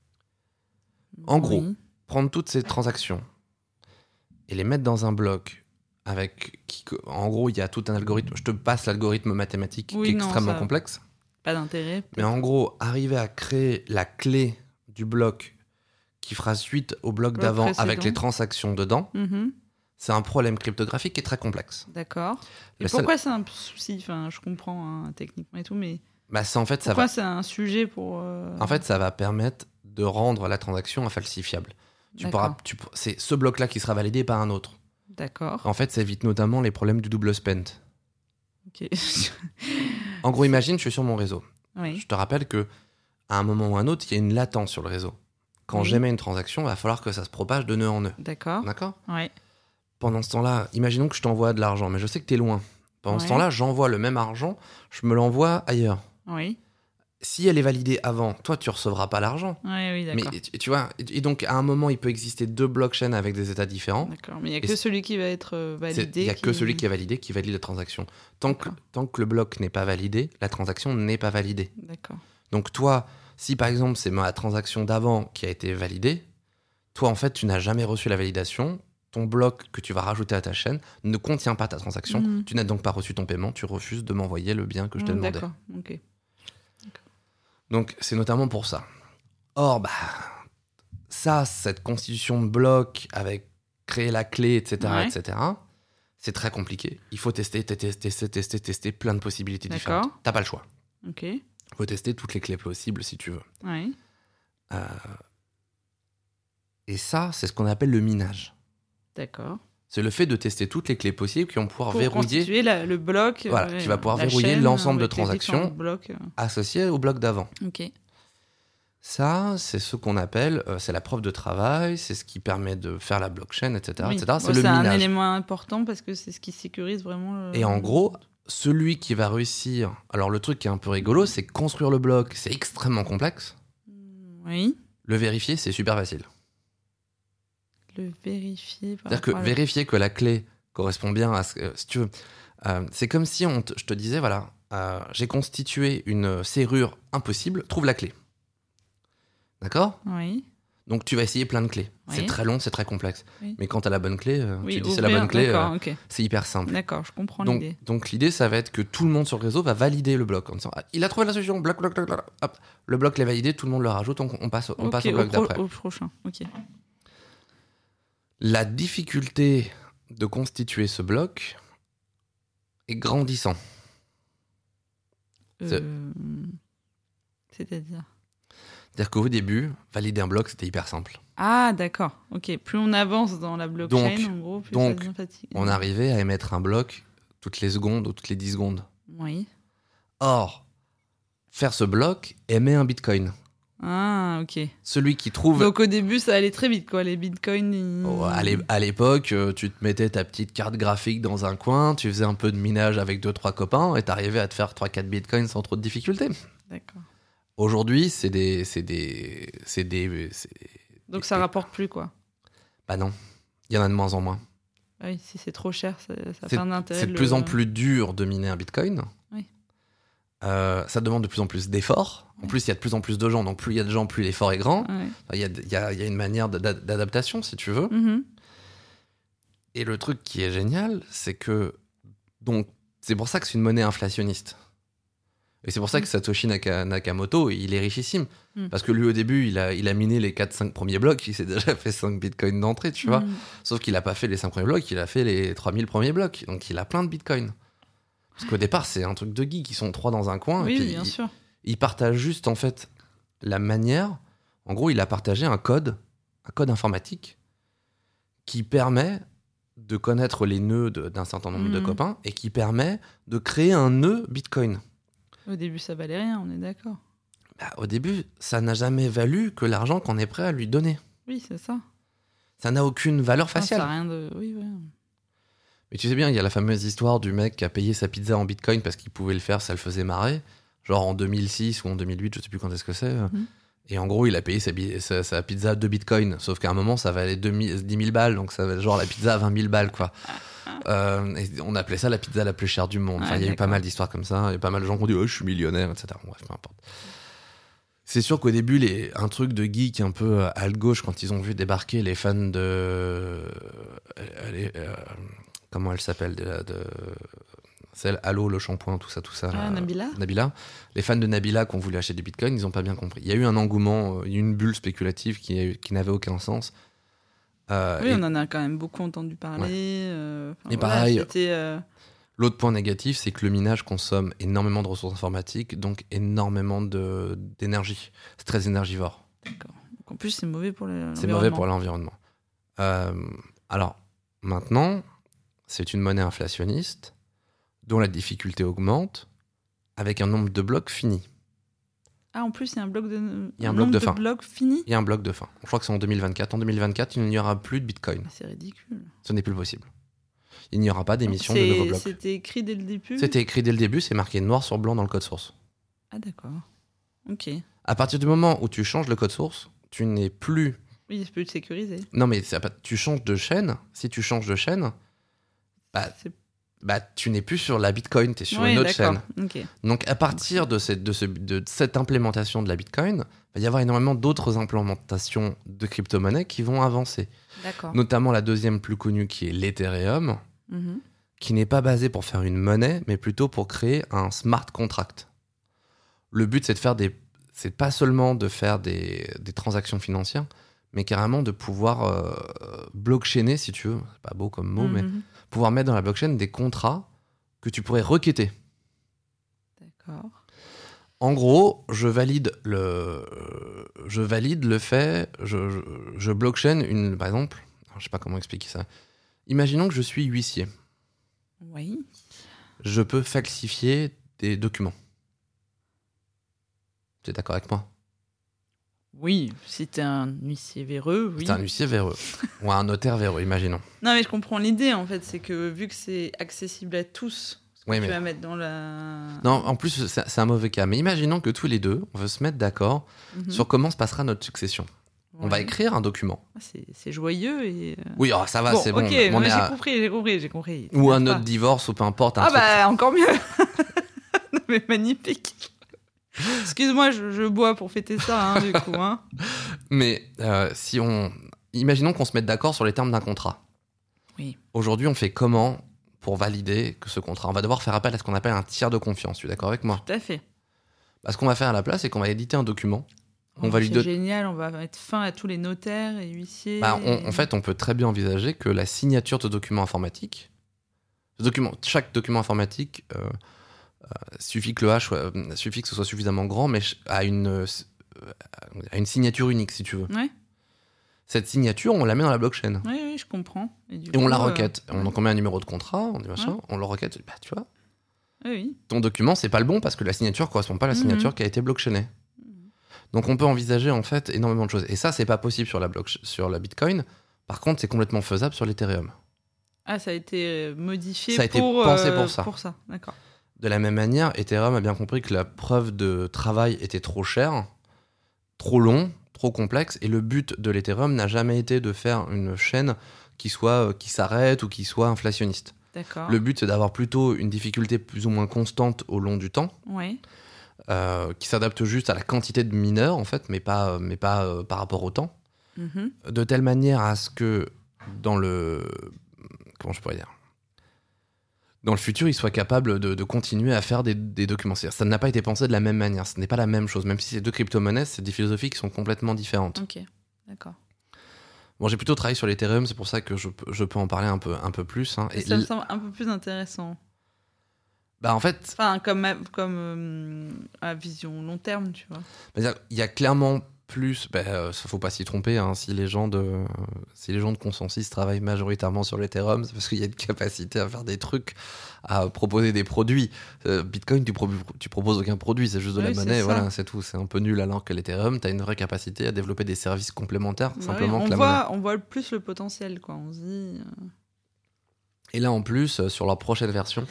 En oui. gros, prendre toutes ces transactions et les mettre dans un bloc avec qui, en gros, il y a tout un algorithme. Je te passe l'algorithme mathématique oui, qui est non, extrêmement complexe. Pas d'intérêt. Mais en gros, arriver à créer la clé du bloc qui fera suite au bloc, bloc d'avant précédent. Avec les transactions dedans, mm-hmm. c'est un problème cryptographique qui est très complexe. D'accord. Et la pourquoi seule... c'est un souci ? Enfin, je comprends hein, techniquement et tout, mais bah, c'est, en fait, pourquoi ça va... c'est un sujet pour... Euh... En fait, ça va permettre de rendre la transaction infalsifiable. Tu pourras, tu, c'est ce bloc-là qui sera validé par un autre. D'accord. En fait, ça évite notamment les problèmes du double spend. Ok. En gros, imagine, je suis sur mon réseau. Oui. Je te rappelle que à un moment ou un autre, il y a une latence sur le réseau. Quand oui. j'émets une transaction, il va falloir que ça se propage de nœud en nœud. D'accord. D'accord ? Oui. Pendant ce temps-là, imaginons que je t'envoie de l'argent, mais je sais que tu es loin. Pendant oui. ce temps-là, j'envoie le même argent, je me l'envoie ailleurs. Oui. Si elle est validée avant, toi, tu recevras pas l'argent. Oui, oui, d'accord. Mais tu vois, et donc à un moment, il peut exister deux blockchains avec des états différents. D'accord, mais il n'y a que celui qui va être validé. Il n'y a qui... que celui qui est validé qui valide la transaction. Tant que, tant que le bloc n'est pas validé, la transaction n'est pas validée. D'accord. Donc toi, si par exemple c'est ma transaction d'avant qui a été validée, toi en fait, tu n'as jamais reçu la validation. Ton bloc que tu vas rajouter à ta chaîne ne contient pas ta transaction. Mmh. Tu n'as donc pas reçu ton paiement. Tu refuses de m'envoyer le bien que je t'ai mmh, demandé. D'accord, ok. Donc, c'est notamment pour ça. Or, bah, ça, cette constitution de bloc avec créer la clé, et cetera, ouais. et cetera, c'est très compliqué. Il faut tester, tester, tester, tester, tester plein de possibilités D'accord. différentes. T'as pas le choix. Ok. Il faut tester toutes les clés possibles si tu veux. Ouais. Euh... Et ça, c'est ce qu'on appelle le minage. D'accord. C'est le fait de tester toutes les clés possibles qui vont pouvoir pour verrouiller... constituer la, le bloc. Voilà, euh, qui va pouvoir verrouiller l'ensemble de transactions blocs. associées au bloc d'avant. Ok. Ça, c'est ce qu'on appelle... Euh, c'est la preuve de travail, c'est ce qui permet de faire la blockchain, et cetera. Oui. et cetera. C'est, bon, le c'est minage. un élément important parce que c'est ce qui sécurise vraiment... Le... Et en gros, celui qui va réussir... Alors, le truc qui est un peu rigolo, c'est que construire le bloc, c'est extrêmement complexe. Oui. Le vérifier, c'est super facile. Le vérifier. Par C'est-à-dire que rapport à- vérifier que la clé correspond bien à ce que... Si tu veux, euh, c'est comme si on te- je te disais, voilà, euh, j'ai constitué une serrure impossible, trouve la clé. D'accord ? Oui. Donc tu vas essayer plein de clés. Oui. C'est très long, c'est très complexe. Oui. Mais quand tu as la bonne clé, euh, Oui, tu dis c'est ouvrir, la bonne clé, D'accord, euh, ok. c'est hyper simple. D'accord, je comprends Donc, l'idée. donc l'idée, ça va être que tout le monde sur le réseau va valider le bloc en disant ah, il a trouvé la solution, bloc, bloc, bloc, bloc. Hop, le bloc l'est validé, tout le monde le rajoute, on, on passe, on Ok, passe au bloc au, pro- d'après. au prochain. Ok. La difficulté de constituer ce bloc est grandissant. C'est- Euh, C'est-à-dire. C'est-à-dire qu'au début, valider un bloc, c'était hyper simple. Ah, d'accord. Ok. Plus on avance dans la blockchain, Donc- en gros, plus donc, ça devient fatigant. On arrivait à émettre un bloc toutes les secondes ou toutes les dix secondes. Oui. Or, faire ce bloc émet un bitcoin. Ah, ok. Celui qui trouve... Donc au début, ça allait très vite, quoi. Les bitcoins. Ils... Oh, à l'é- à l'époque, euh, tu te mettais ta petite carte graphique dans un coin, tu faisais un peu de minage avec deux trois copains et t'arrivais à te faire trois quatre bitcoins sans trop de difficultés. D'accord. Aujourd'hui, c'est des... C'est des... C'est des... c'est- Donc ça rapporte plus, quoi. Bah non, il y en a de moins en moins. Ah oui, si c'est trop cher, ça n'a C'est pas d'intérêt. c'est de le- plus en plus dur de miner un bitcoin. Oui. Euh, ça demande de plus en plus d'efforts. En Oui. plus, il y a de plus en plus de gens, donc plus il y a de gens, plus l'effort est grand. Ouais. Enfin, Il y, a, il y a- il y a une manière d'ada- d'adaptation, si tu veux. Mhm. Et le truc qui est génial, c'est que... Donc, c'est pour ça que c'est une monnaie inflationniste. Et c'est pour ça Mm. que Satoshi Naka- Nakamoto, il est richissime. Mm. Parce que lui, au début, il a, il a miné les quatre cinq premiers blocs, il s'est déjà fait cinq bitcoins d'entrée, tu vois. Mhm. Sauf qu'il n'a pas fait les cinq premiers blocs, il a fait les trois mille premiers blocs. Donc, il a plein de bitcoins. Parce qu'au départ, c'est un truc de geeks, ils sont trois dans un coin. Oui, et puis, bien il- sûr. il partage juste, en fait, la manière... En gros, il a partagé un code, un code informatique, qui permet de connaître les nœuds de- d'un certain nombre de Mhm. copains et qui permet de créer un nœud Bitcoin. Au début, ça valait rien, on est d'accord. Bah, au début, ça n'a jamais valu que l'argent qu'on est prêt à lui donner. Oui, c'est ça. Ça n'a aucune valeur Ah, ça faciale. a rien de. Oui, ouais. Mais tu sais bien, il y a la fameuse histoire du mec qui a payé sa pizza en Bitcoin parce qu'il pouvait le faire, ça le faisait marrer. Genre en deux mille six ou en deux mille huit, je sais plus quand est-ce que c'est. Mhm. Et en gros, il a payé sa, bi- sa- sa pizza deux bitcoins. Sauf qu'à un moment, ça valait deux mille dix mille balles. Donc ça valait genre la pizza à vingt mille balles, quoi. Euh, et on appelait ça la pizza la plus chère du monde. Enfin, Ouais, il y a eu d'accord. pas mal d'histoires comme ça. Il y a pas mal de gens qui ont dit oh, je suis millionnaire, et cetera. Bon, bref, peu importe. C'est sûr qu'au début, les, un truc de geek un peu à la gauche, quand ils ont vu débarquer les fans de. euh, les- euh, comment elle s'appelle de, de, celle Halo, le shampoing, tout ça, tout ça. Ah, là. Nabila. Nabila. Les fans de Nabila qui ont voulu acheter du bitcoin, ils n'ont pas bien compris. Il y a eu un engouement, euh, une bulle spéculative qui, a eu- qui n'avait aucun sens. Euh, Oui, et on en a quand même beaucoup entendu parler. euh, enfin, Et voilà, pareil, c'était, euh, L'autre point négatif, c'est que le minage consomme énormément de ressources informatiques, donc énormément de- d'énergie. C'est très énergivore. D'accord. Donc, en plus, c'est mauvais pour le- C'est mauvais pour l'environnement. l'environnement. Euh, alors, maintenant, c'est une monnaie inflationniste dont la difficulté augmente avec un nombre de blocs fini. Ah, en plus, il y a un bloc de. Il y a un bloc nombre de fin. blocs fini. Il y a un bloc de fin. Je crois que c'est en deux mille vingt-quatre. En deux mille vingt-quatre, il n'y aura plus de Bitcoin. Ah, c'est ridicule. Ce n'est plus possible. Il n'y aura pas d'émission de C'est- nouveaux blocs. C'était écrit dès le début. C'était écrit dès le début, c'est marqué noir sur blanc dans le code source. Ah, d'accord. Ok. À partir du moment où tu changes le code source, tu n'es plus... Oui, c'est plus sécurisé. Non, mais c'est pas- tu changes de chaîne. Si tu changes de chaîne, bah, C'est- bah, tu n'es plus sur la Bitcoin, tu es sur Oui, une autre d'accord. chaîne. Ok. Donc, à partir de cette, de, ce- de cette implémentation de la Bitcoin, il va y avoir énormément d'autres implémentations de crypto-monnaies qui vont avancer. D'accord. Notamment la deuxième plus connue qui est l'Ethereum, Mhm. qui n'est pas basée pour faire une monnaie, mais plutôt pour créer un smart contract. Le but, c'est de faire des... C'est pas seulement de faire des, des transactions financières, mais carrément de pouvoir euh, blockchainer, si tu veux, c'est pas beau comme mot, mais Mhm. pouvoir mettre dans la blockchain des contrats que tu pourrais requêter. D'accord. En gros, je valide le, je valide le fait, je, je, je blockchain une, par exemple, je sais pas comment expliquer ça. Imaginons que je suis huissier. Oui. Je peux falsifier des documents. Tu es d'accord avec moi? Oui, si t'es un huissier véreux, oui. C'est un huissier véreux. Ou un notaire véreux, imaginons. Non, mais je comprends l'idée, en fait. C'est que vu que c'est accessible à tous Ce que Oui, tu mais- vas mettre dans la... Non, en plus, c'est c'est un mauvais cas. Mais imaginons que tous les deux, on veut se mettre d'accord Mhm. sur comment se passera notre succession. On va Ouais. écrire un document. Ah, C'est c'est joyeux et... euh, Oui, oh, ça va, bon, c'est bon. ok, on mais est j'ai à- compris, j'ai compris, j'ai compris. Ou un T'énerve autre pas. divorce, ou peu importe. Un Ah truc. bah, encore mieux. Non, mais magnifique. Excuse-moi, je, je bois pour fêter ça, hein, du coup. Hein. Mais euh, si on... Imaginons qu'on se mette d'accord sur les termes d'un contrat. Oui. Aujourd'hui, on fait comment pour valider que ce contrat? On va devoir faire appel à ce qu'on appelle un tiers de confiance. Tu es d'accord avec moi? Tout à fait. Bah, ce qu'on va faire à la place, c'est qu'on va éditer un document. On Oh, va lui c'est don- génial, on va mettre fin à tous les notaires et huissiers. Bah, on- et- En fait, on peut très bien envisager que la signature de documents informatiques, ce document, chaque document informatique, euh, euh, suffit que le H soit, euh, suffit que ce soit suffisamment grand, mais ch- à une, euh, à une signature unique, si tu veux. Ouais, Cette signature, on la met dans la blockchain. oui, oui, je comprends. Et, du Et on coup, la euh, requête. On, ouais. donc on met un numéro de contrat, on dit machin, Ouais. on le requête. Bah, tu vois, Oui, oui. ton document, c'est pas le bon parce que la signature correspond pas à la Mhm. signature qui a été blockchainée. Donc on peut envisager en fait énormément de choses. Et ça, c'est pas possible sur la, blockch- sur la Bitcoin. Par contre, c'est complètement faisable sur l'Ethereum. Ah, ça a été euh, modifié Ça a été pour, pensé euh, pour ça. Pour ça, d'accord. De la même manière, Ethereum a bien compris que la preuve de travail était trop chère, trop long, trop complexe, et le but de l'Ethereum n'a jamais été de faire une chaîne qui soit euh, qui s'arrête ou qui soit inflationniste. D'accord. Le but, c'est d'avoir plutôt une difficulté plus ou moins constante au long du temps, Ouais. euh, qui s'adapte juste à la quantité de mineurs, en fait, mais pas, mais pas euh, par rapport au temps, Mhm. de telle manière à ce que dans le... Comment je pourrais dire dans le futur, il soit capable de, de continuer à faire des, des documents. C'est-à-dire, ça n'a pas été pensé de la même manière. Ce n'est pas la même chose. Même si c'est deux crypto-monnaies, c'est des philosophies qui sont complètement différentes. Ok, d'accord. Bon, j'ai plutôt travaillé sur l'Ethereum, c'est pour ça que je, peux- je peux en parler un peu, un peu plus. hein. Et ça me l- semble un peu plus intéressant. bah, en fait, Enfin, comme, à- comme euh, à vision long terme, tu vois. c'est-à-dire, il y a clairement plus. Il ne faut pas s'y tromper. hein, si, les gens de, si les gens de Consensus travaillent majoritairement sur l'Ethereum, c'est parce qu'il y a une capacité à faire des trucs, à proposer des produits. Euh, Bitcoin, tu, pro- tu proposes aucun produit, c'est juste de Oui, la c'est monnaie. ça. Voilà, c'est tout. C'est un peu nul alors que l'Ethereum, tu as une vraie capacité à développer des services complémentaires, Bah simplement oui, que on la voit, monnaie. on voit le plus le potentiel, quoi. On se dit. euh, Et là, en plus, euh, sur leur prochaine version,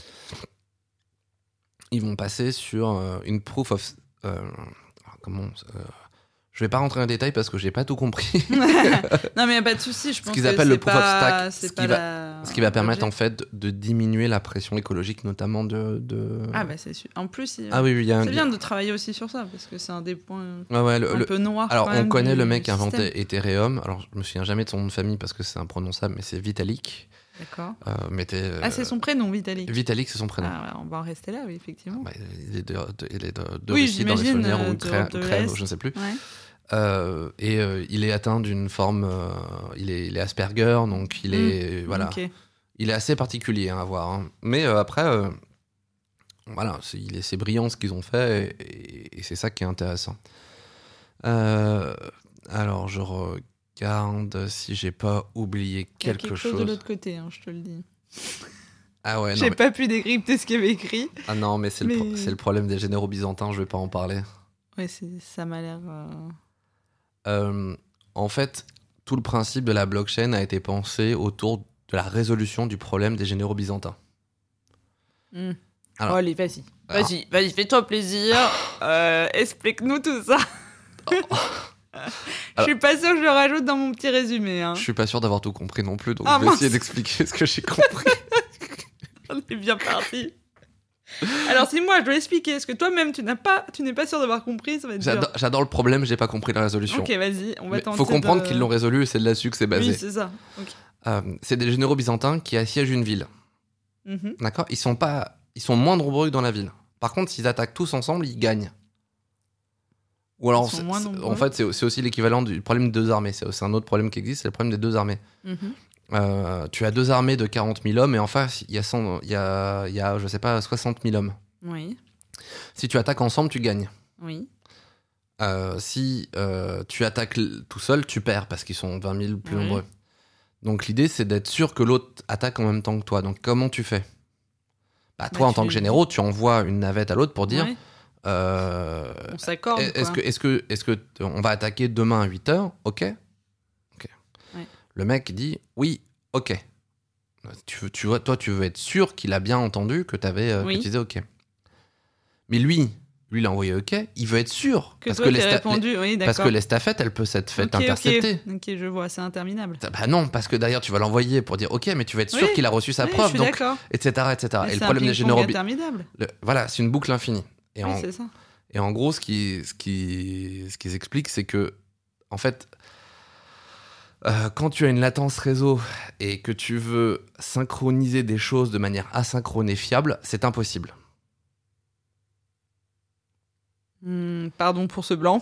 ils vont passer sur euh, une proof of. euh, comment euh, Je vais pas rentrer en détail parce que j'ai pas tout compris. non, mais y a pas de souci. Je pense qu'ils que appellent c'est le proof of pas- stack, c'est ce pas qui va- la- Ce qui va permettre en l'objet. fait de diminuer la pression écologique, notamment de. de... Ah bah c'est sûr. En plus, il- Ah oui, oui, il y a un. c'est bien de travailler aussi sur ça parce que c'est un des points Ouais, ouais, le- un le- peu noirs. Alors, quand on même connaît du le mec qui a système. inventé Ethereum. Alors, je me souviens jamais de son nom de famille parce que c'est imprononçable, mais c'est Vitalik. D'accord. Euh, mais t'es, euh, Ah, c'est son prénom, Vitalik. Vitalik, c'est son prénom. Ah, ouais, on va en rester là, oui, effectivement. Bah, il est de, de- il est de, de Oui, Russie, dans les j'imagine, souvenirs, euh, ou crève, de- de crève, l'Est. je ne sais plus. Ouais. Euh, et euh, il est atteint d'une forme. euh, il, est, il est Asperger, donc il est. Voilà. Ok. Il est assez particulier hein, à voir. hein. Mais euh, après, euh, voilà, c'est, il est, c'est brillant ce qu'ils ont fait et, et- et c'est ça qui est intéressant. Euh, alors, je regarde si j'ai pas oublié Il y a quelque, quelque chose chose. de l'autre côté, hein, je te le dis. Ah ouais, non, J'ai mais, pas pu décrypter ce qu'il y avait écrit. ah non, mais c'est, Le, pro- Mais- c'est le problème des généraux byzantins, je vais pas en parler. Ouais, c'est- ça m'a l'air. euh, Euh, en fait, tout le principe de la blockchain a été pensé autour de la résolution du problème des généraux byzantins. hmm. Alors- Oh, allez, vas-y. Alors- Vas-y, vas-y, fais-toi plaisir. Euh, explique-nous tout ça. Je suis pas sûre que je le rajoute dans mon petit résumé. Hein. Je suis pas sûr d'avoir tout compris non plus, donc Ah, je vais mince. essayer d'expliquer ce que j'ai compris. On est bien parti. Alors, si moi je dois expliquer, est-ce que toi-même tu n'as pas, tu n'es pas sûr d'avoir compris, ça va être dur. J'adore, j'adore le problème, j'ai pas compris la résolution. Ok, vas-y, on va Mais tenter. faut comprendre de... qu'ils l'ont résolu et c'est là-dessus que c'est basé. Oui, c'est ça. Ok. Euh, c'est des généraux byzantins qui assiègent une ville. Mhm. D'accord ? Ils sont pas, ils sont moins nombreux que dans la ville. Par contre, s'ils attaquent tous ensemble, ils gagnent. Ou alors, Ils sont c'est- moins c'est- nombreux. en fait, c'est, c'est aussi l'équivalent du problème des deux armées. C'est, c'est un autre problème qui existe, c'est le problème des deux armées. Mhm. Euh, tu as deux armées de quarante mille hommes et en face, il y a, cent- il y a, il y a, je sais pas, soixante mille hommes. Oui, Si tu attaques ensemble, tu gagnes. oui. Euh, si euh, tu attaques l- tout seul, tu perds parce qu'ils sont vingt mille plus Oui. nombreux. Donc l'idée, c'est d'être sûr que l'autre attaque en même temps que toi. Donc comment tu fais ? Bah, toi, Bah, en tu- tant que généraux, tu envoies une navette à l'autre pour dire Ouais, euh, on s'accorde. est-ce quoi. que, est-ce que, est-ce que t- on va attaquer demain à huit heures ? Ok. Ok. Ouais. Le mec dit oui, ok. Tu, veux, tu vois, toi, tu veux être sûr qu'il a bien entendu que, euh, oui. que tu disais OK. Mais lui, lui, il a envoyé OK. Il veut être sûr. Que parce, toi, que t'aies les sta- répondu, les, oui, parce d'accord. que l'estafette, elle peut s'être faite okay, intercepter. Ok, ok, je vois, c'est interminable. Bah non, parce que d'ailleurs, tu vas l'envoyer pour dire OK, mais tu veux être sûr oui, qu'il a reçu sa oui, preuve. Je suis donc, d'accord. et cetera, et cetera. Mais et c'est le problème un des généraux. interminable. Le, voilà, c'est une boucle infinie. Et oui, en, c'est ça. Et en gros, ce qu'ils ce qui, ce qui expliquent, c'est que, en fait, euh, quand tu as une latence réseau et que tu veux synchroniser des choses de manière asynchrone et fiable, c'est impossible. Mmh, pardon pour ce blanc.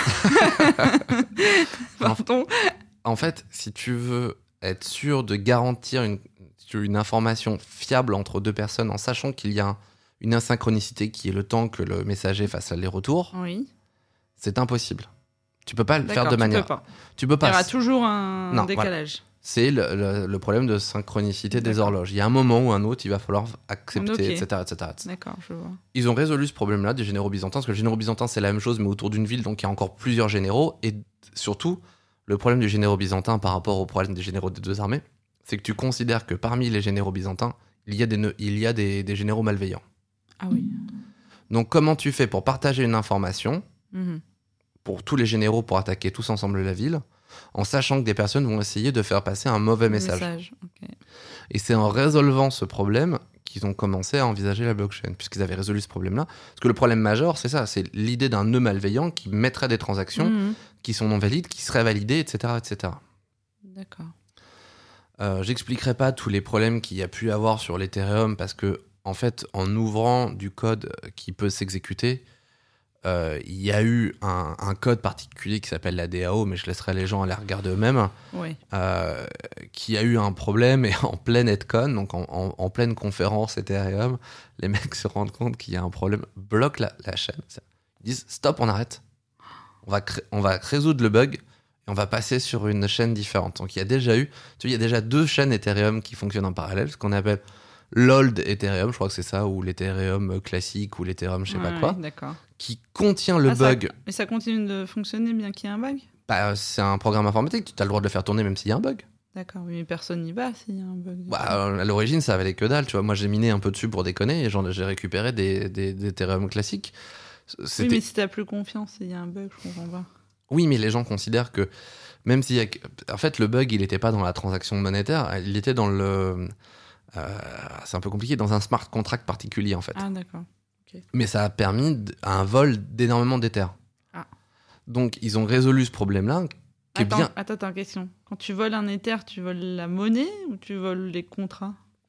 Pardon. En fait, si tu veux être sûr de garantir une, une information fiable entre deux personnes en sachant qu'il y a un, une asynchronicité qui est le temps que le messager fasse aller-retour, oui. c'est impossible. Tu peux pas le D'accord, faire de tu manière. Peux pas. Tu peux pas. Il y aura toujours un non, décalage. Voilà. C'est le, le, le problème de synchronicité D'accord. des horloges. Il y a un moment ou un autre, il va falloir accepter, okay. et cetera, et cetera. D'accord, je vois. Ils ont résolu ce problème-là des généraux byzantins, parce que le généraux byzantin, c'est la même chose, mais autour d'une ville, donc il y a encore plusieurs généraux. Et surtout, le problème du généraux byzantin par rapport au problème des généraux des deux armées, c'est que tu considères que parmi les généraux byzantins, il y a des, il y a des, des généraux malveillants. Ah oui. Donc comment tu fais pour partager une information mmh. pour tous les généraux pour attaquer tous ensemble la ville, en sachant que des personnes vont essayer de faire passer un mauvais message. message. Okay. Et c'est en résolvant ce problème qu'ils ont commencé à envisager la blockchain, puisqu'ils avaient résolu ce problème-là. Parce que le problème majeur, c'est ça, c'est l'idée d'un nœud malveillant qui mettrait des transactions mmh. qui sont non valides, qui seraient validées, et cetera, et cetera. D'accord. Euh, j'expliquerai pas tous les problèmes qu'il y a pu avoir sur l'Ethereum, parce que, en fait, en ouvrant du code qui peut s'exécuter, il euh, y a eu un, un code particulier qui s'appelle la D A O, mais je laisserai les gens aller regarder eux-mêmes, oui. euh, qui a eu un problème, et en pleine EthCon, donc en, en, en pleine conférence Ethereum, les mecs se rendent compte qu'il y a un problème, bloquent la, la chaîne, ils disent stop, on arrête, on va, cré- on va résoudre le bug, et on va passer sur une chaîne différente. Donc il y a déjà eu, tu vois, il y a déjà deux chaînes Ethereum qui fonctionnent en parallèle, ce qu'on appelle l'old Ethereum, je crois que c'est ça, ou l'Ethereum classique, ou l'Ethereum je sais ouais, pas quoi, ouais, d'accord. qui contient le ah, bug. Ça, mais ça continue de fonctionner bien qu'il y ait un bug ? Bah, c'est un programme informatique, tu as le droit de le faire tourner même s'il y a un bug. D'accord, mais personne n'y va s'il y a un bug. Bah, à l'origine, ça valait que dalle, tu vois. Moi, j'ai miné un peu dessus pour déconner, et j'en, j'ai récupéré des, des, des Ethereum classiques. C'était... Oui, mais si t'as plus confiance s'il y a un bug, je comprends pas. Oui, mais les gens considèrent que même s'il y a... En fait, le bug, il n'était pas dans la transaction monétaire, il était dans le... Euh, c'est un peu compliqué, dans un smart contract particulier, en fait. Ah, d'accord. Okay. Mais ça a permis un vol d'énormément d'Ether. Ah. Donc, ils ont résolu ce problème-là. Qui attends, est bien... attends, attends, question. Quand tu voles un Ether, tu voles la monnaie ou tu voles les contrats ?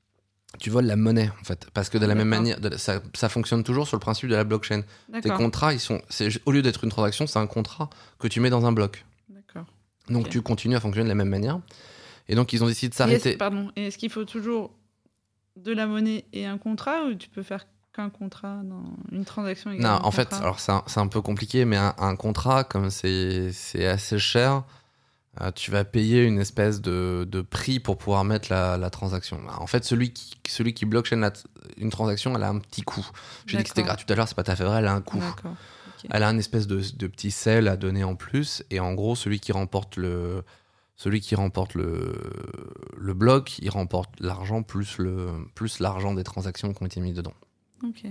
Tu voles la monnaie, en fait. Parce que de la D'accord. même manière, de, ça, ça fonctionne toujours sur le principe de la blockchain. D'accord. Tes contrats, ils sont, c'est, au lieu d'être une transaction, c'est un contrat que tu mets dans un bloc. D'accord. Donc, okay. tu continues à fonctionner de la même manière. Et donc, ils ont décidé de s'arrêter. Et est-ce, pardon. Et est-ce qu'il faut toujours de la monnaie et un contrat, ou tu peux faire qu'un contrat dans une transaction égale Non, un en contrat ? fait, alors c'est un, c'est un peu compliqué, mais un, un contrat, comme c'est, c'est assez cher, euh, tu vas payer une espèce de, de prix pour pouvoir mettre la, la transaction. En fait, celui qui, celui qui blockchain la, une transaction, elle a un petit coût. J'ai dit que c'était gratuit tout à l'heure, c'est pas tout à fait vrai, elle a un coût. D'accord. Okay. Elle a un espèce de, de petit sel à donner en plus, et en gros, celui qui remporte le... Celui qui remporte le, le bloc, il remporte l'argent plus, le, plus l'argent des transactions qui ont été mises dedans. Okay.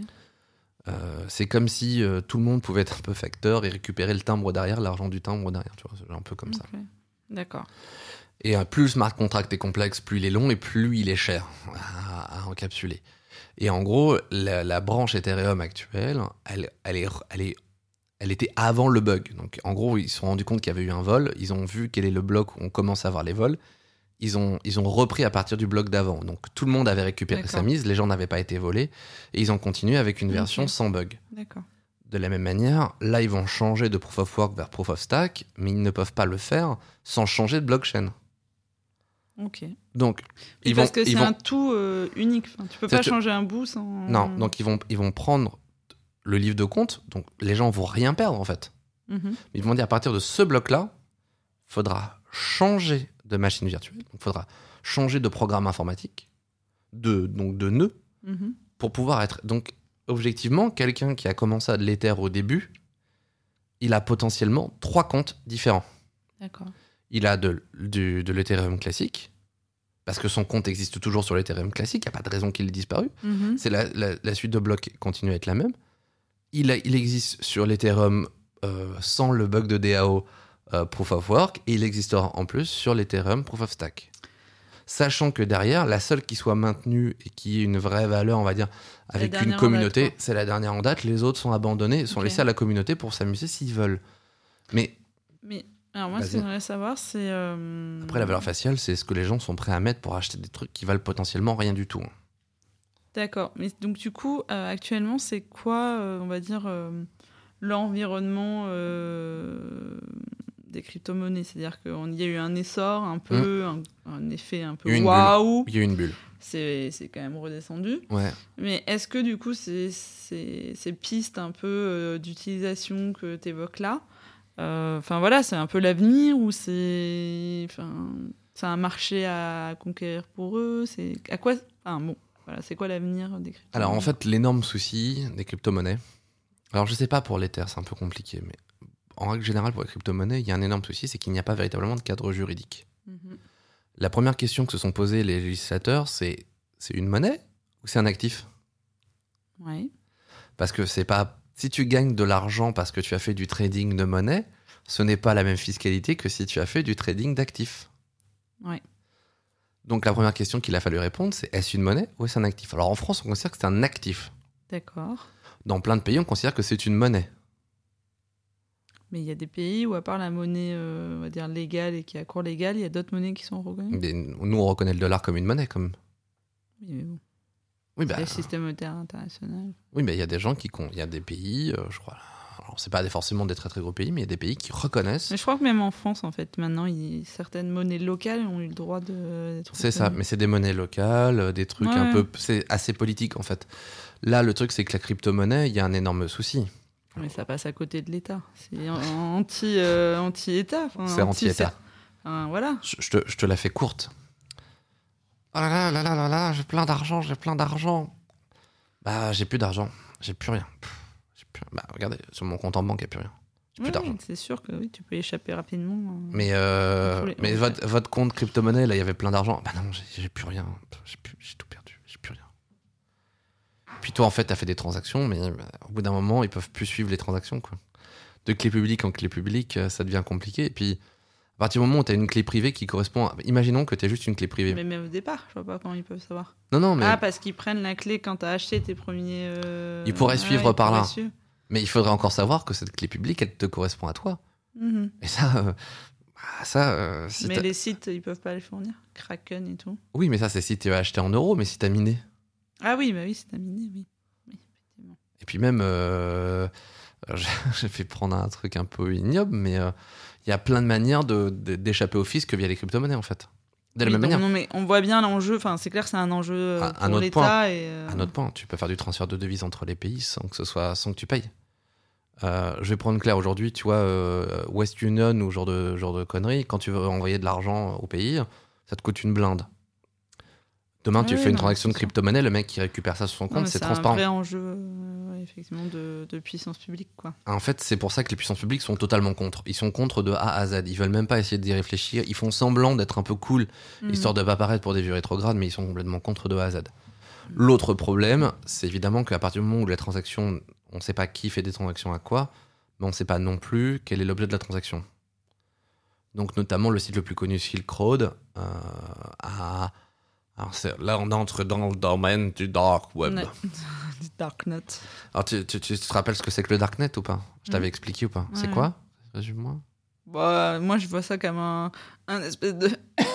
Euh, c'est comme si euh, tout le monde pouvait être un peu facteur et récupérer le timbre derrière, l'argent du timbre derrière. Tu vois, c'est un peu comme okay. ça. D'accord. Et euh, plus le smart contract est complexe, plus il est long et plus il est cher à, à encapsuler. Et en gros, la, la branche Ethereum actuelle, elle, elle est... Elle est Elle était avant le bug. Donc, en gros, ils se sont rendus compte qu'il y avait eu un vol. Ils ont vu quel est le bloc où on commence à avoir les vols. Ils ont, ils ont repris à partir du bloc d'avant. Donc, tout le monde avait récupéré D'accord. sa mise. Les gens n'avaient pas été volés. Et ils ont continué avec une version okay. sans bug. D'accord. De la même manière, là, ils vont changer de Proof of Work vers Proof of Stake. Mais ils ne peuvent pas le faire sans changer de blockchain. Ok. Donc, Et ils parce vont, que c'est ils vont... un tout euh, unique. Enfin, tu peux c'est pas tu... changer un bout sans... Non, donc ils vont, ils vont prendre le livre de compte. Donc, les gens vont rien perdre, en fait. Mm-hmm. Ils vont dire à partir de ce bloc-là, il faudra changer de machine virtuelle, il faudra changer de programme informatique, de, donc de nœud, mm-hmm. pour pouvoir être... Donc, objectivement, quelqu'un qui a commencé à de l'Ether au début, il a potentiellement trois comptes différents. D'accord. Il a de, du, de l'Ethereum classique, parce que son compte existe toujours sur l'Ethereum classique, il n'y a pas de raison qu'il ait disparu. Mhm. C'est la, la, la suite de blocs continue à être la même. Il, a, il existe sur l'Ethereum euh, sans le bug de D A O euh, Proof of Work, et il existera en plus sur l'Ethereum Proof of Stake. Sachant que derrière, la seule qui soit maintenue et qui ait une vraie valeur, on va dire, avec une communauté, en date, c'est la dernière en date. Les autres sont abandonnés, sont Ok. laissés à la communauté pour s'amuser s'ils veulent. Mais Mais alors moi, Vas-y. ce que j'aimerais savoir, c'est... euh, après, la valeur faciale, c'est ce que les gens sont prêts à mettre pour acheter des trucs qui valent potentiellement rien du tout. D'accord. Mais donc du coup, euh, actuellement, c'est quoi, euh, on va dire, euh, l'environnement euh, des crypto-monnaies? C'est-à-dire qu'il y a eu un essor un peu, un, un effet un peu Il y a une waouh. Il y a eu une bulle. C'est c'est quand même redescendu. Ouais. Mais est-ce que du coup, ces, ces, ces pistes un peu euh, d'utilisation que tu évoques là, enfin voilà, c'est un peu l'avenir ou c'est c'est un marché à conquérir pour eux? C'est à quoi enfin, bon, voilà, c'est quoi l'avenir des crypto-monnaies? Alors en fait, l'énorme souci des crypto-monnaies, alors je sais pas pour l'Ether, c'est un peu compliqué, mais en règle générale pour les crypto-monnaies, il y a un énorme souci, c'est qu'il n'y a pas véritablement de cadre juridique. Mhm. La première question que se sont posées les législateurs, c'est c'est une monnaie ou c'est un actif? Ouais. Parce que c'est pas si tu gagnes de l'argent parce que tu as fait du trading de monnaie, ce n'est pas la même fiscalité que si tu as fait du trading d'actifs. Ouais. Donc la première question qu'il a fallu répondre, c'est est-ce une monnaie ou est-ce un actif? Alors en France, on considère que c'est un actif. D'accord. Dans plein de pays, on considère que c'est une monnaie. Mais il y a des pays où, à part la monnaie, euh, on va dire légale et qui a cours légal, il y a d'autres monnaies qui sont reconnues. Mais nous, on reconnaît le dollar comme une monnaie, comme. Oui, mais bon. Oui, bah, C'est le système monétaire international. oui, mais il y a des gens qui, con- il y a des pays, euh, je crois. Alors, c'est pas des- forcément des très très gros pays, mais il y a des pays qui reconnaissent. Mais je crois que même en France, en fait, maintenant, il... certaines monnaies locales ont eu le droit de. d'être C'est ça, reconnues. mais c'est des monnaies locales, euh, des trucs Ouais. un peu. C'est assez politique en fait. Là, le truc, c'est que la crypto-monnaie, il y a un énorme souci. Mais ça passe à côté de l'État. C'est en- anti, euh, anti-État. Enfin, C'est anti-État. Enfin, voilà. Je, je te, je te la fais courte. Oh là là là là là là, j'ai plein d'argent, j'ai plein d'argent. Bah, j'ai plus d'argent, j'ai plus rien. Pff, j'ai plus... Bah, regardez, sur mon compte en banque, il n'y a plus rien. J'ai plus Ouais, d'argent. c'est sûr que oui, tu peux échapper rapidement. euh. Mais, euh, Tous les- mais en votre, fait. votre compte crypto-monnaie, là, il y avait plein d'argent. Bah non, j'ai, j'ai plus rien. J'ai, plus- j'ai tout perdu, j'ai plus rien. Puis toi, en fait, t'as fait des transactions, mais bah, au bout d'un moment, ils peuvent plus suivre les transactions, quoi. De clé publique en clé publique, euh, ça devient compliqué. Et puis, à partir du moment où t'as une clé privée qui correspond à... Imaginons que t'aies juste une clé privée. Mais même au départ, je vois pas comment ils peuvent savoir. Non, non, mais, Ah, parce qu'ils prennent la clé quand t'as acheté tes premiers. euh, Ils pourraient ouais, suivre ils par pourraient là. suivre. mais il faudrait encore savoir que cette clé publique, elle te correspond à toi. Mhm. Et ça, euh, bah, ça euh, si Mais t'as- les sites, ils peuvent pas les fournir. Kraken et tout. oui, mais ça, c'est si tu as acheté en euros, mais si t'as miné. Ah oui, bah oui, c'est miné, oui. Oui, effectivement. Et puis même, euh, j'ai j'ai fait prendre un truc un peu ignoble, mais euh, il y a plein de manières de, de- d'échapper au fisc via les crypto-monnaies, en fait. De la Oui, même donc, manière. non, mais on voit bien l'enjeu. Enfin, c'est clair, que c'est un enjeu euh, Un- pour un autre l'État. point. Et, euh, Un autre point, tu peux faire du transfert de devises entre les pays sans que ce soit sans que tu payes. Euh, je vais prendre clair aujourd'hui, tu vois, euh, West Union ou genre de genre de conneries. Quand tu veux envoyer de l'argent au pays, ça te coûte une blinde. Demain, tu Ouais, fais une non, transaction de c'est sûr. crypto-monnaie, le mec qui récupère ça sur son non, compte, mais c'est c'est transparent. un vrai enjeu, euh, ouais, effectivement, de, de puissance publique, quoi. En fait, c'est pour ça que les puissances publiques sont totalement contre. Ils sont contre de A à Z. Ils veulent même pas essayer d'y réfléchir. Ils font semblant d'être un peu cool, Mhm. histoire de pas paraître pour des vieux rétrogrades, mais ils sont complètement contre de A à Z. L'autre problème, c'est évidemment qu'à partir du moment où les transactions, on ne sait pas qui fait des transactions à quoi, mais on ne sait pas non plus quel est l'objet de la transaction. Donc, notamment, le site le plus connu, Silk Road, euh, a... Alors c'est- là, on entre dans le domaine du dark web. Ouais. Du Darknet. Alors, tu, tu- tu te rappelles ce que c'est que le darknet ou pas? Je t'avais Mhm. expliqué ou pas? C'est Ouais. quoi? Résume-moi. Bah, moi, je vois ça comme un, un espèce de,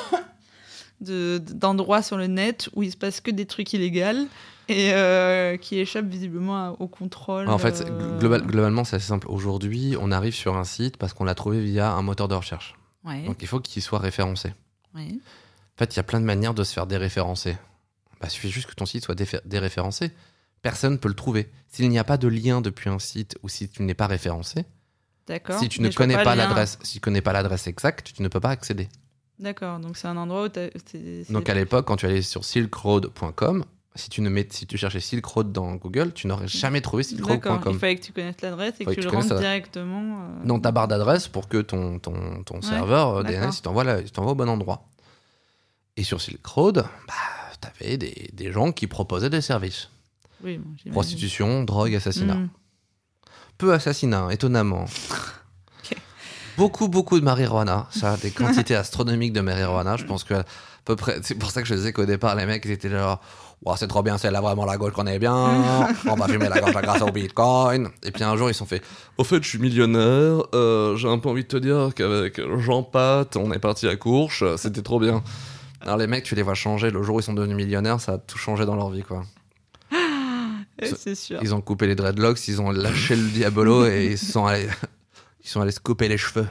de d'endroit sur le net où il se passe que des trucs illégaux et euh, qui échappent visiblement à- au contrôle. En fait, c'est- euh, global- globalement, c'est assez simple. Aujourd'hui, on arrive sur un site parce qu'on l'a trouvé via un moteur de recherche. Ouais. Donc, il faut qu'il soit référencé. Ouais. En fait, il y a plein de manières de se faire déréférencer. Bah, il suffit juste que ton site soit défé- déréférencé. Personne ne peut le trouver. S'il n'y a pas de lien depuis un site ou si tu n'es pas référencé, D'accord. si tu Mais ne je vois connais le pas lien. l'adresse, si tu connais pas l'adresse exacte, tu ne peux pas accéder. D'accord. Donc c'est un endroit où t'as- c'est- c'est- Donc à l'époque, quand tu allais sur silk road point com, si tu ne mets, si tu cherchais Silk Road dans Google, tu n'aurais jamais trouvé silk road point D'accord. com. Il fallait que tu connaisses l'adresse et que Fallait tu que le tu connaisses rentres l'adresse. directement. euh, Dans ta barre d'adresse pour que ton, ton, ton Ouais, serveur euh, D N S d'accord. il t'envoie, la- il t'envoie au bon endroit. Et sur Silk Road, bah, t'avais des, des gens qui proposaient des services. Oui, bon, j'imagine. Prostitution, drogue, assassinat. Mm. Peu assassinat, étonnamment. Ok. Beaucoup, beaucoup de marijuana. Ça, des quantités astronomiques de marijuana. Je pense que à peu près. C'est pour ça que je disais qu'au départ, les mecs ils étaient genre, wow, c'est trop bien, c'est là vraiment la gauche qu'on est bien. On va fumer la gauche grâce au Bitcoin. Et puis un jour, ils se sont fait, au fait, je suis millionnaire. Euh, j'ai un peu envie de te dire qu'avec Jean Pat, on est parti à Courche. C'était trop bien. Alors les mecs, tu les vois changer. Le jour où ils sont devenus millionnaires, ça a tout changé dans leur vie, quoi. Et c'est sûr. Ils ont coupé les dreadlocks, ils ont lâché le diabolo et ils sont allés, ils sont allés se couper les cheveux.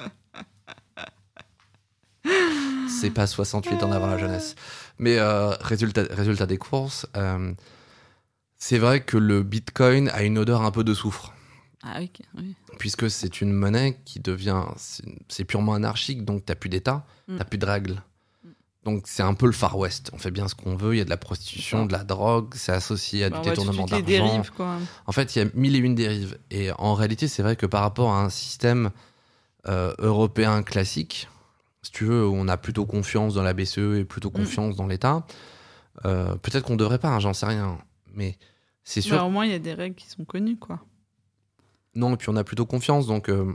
C'est pas soixante-huit ans d'avoir la jeunesse. Mais euh, résultat, résultat des courses, euh, c'est vrai que le Bitcoin a une odeur un peu de soufre. Ah oui, oui. Puisque c'est une monnaie qui devient... C'est, c'est purement anarchique, donc t'as plus d'État, Mm. t'as plus de règles. Donc c'est un peu le Far West. On fait bien ce qu'on veut, il y a de la prostitution, de la drogue, c'est associé à Bah, on du voit détournement tout de suite les d'argent. dérives, quoi. En fait, il y a mille et une dérives. Et en réalité, c'est vrai que par rapport à un système euh, européen classique, si tu veux, où on a plutôt confiance dans la B C E et plutôt confiance mm. dans l'État, euh, peut-être qu'on ne devrait pas, hein, j'en sais rien. Mais c'est sûr. Bah, au moins, il y a des règles qui sont connues, quoi. Non, et puis on a plutôt confiance. Donc, euh,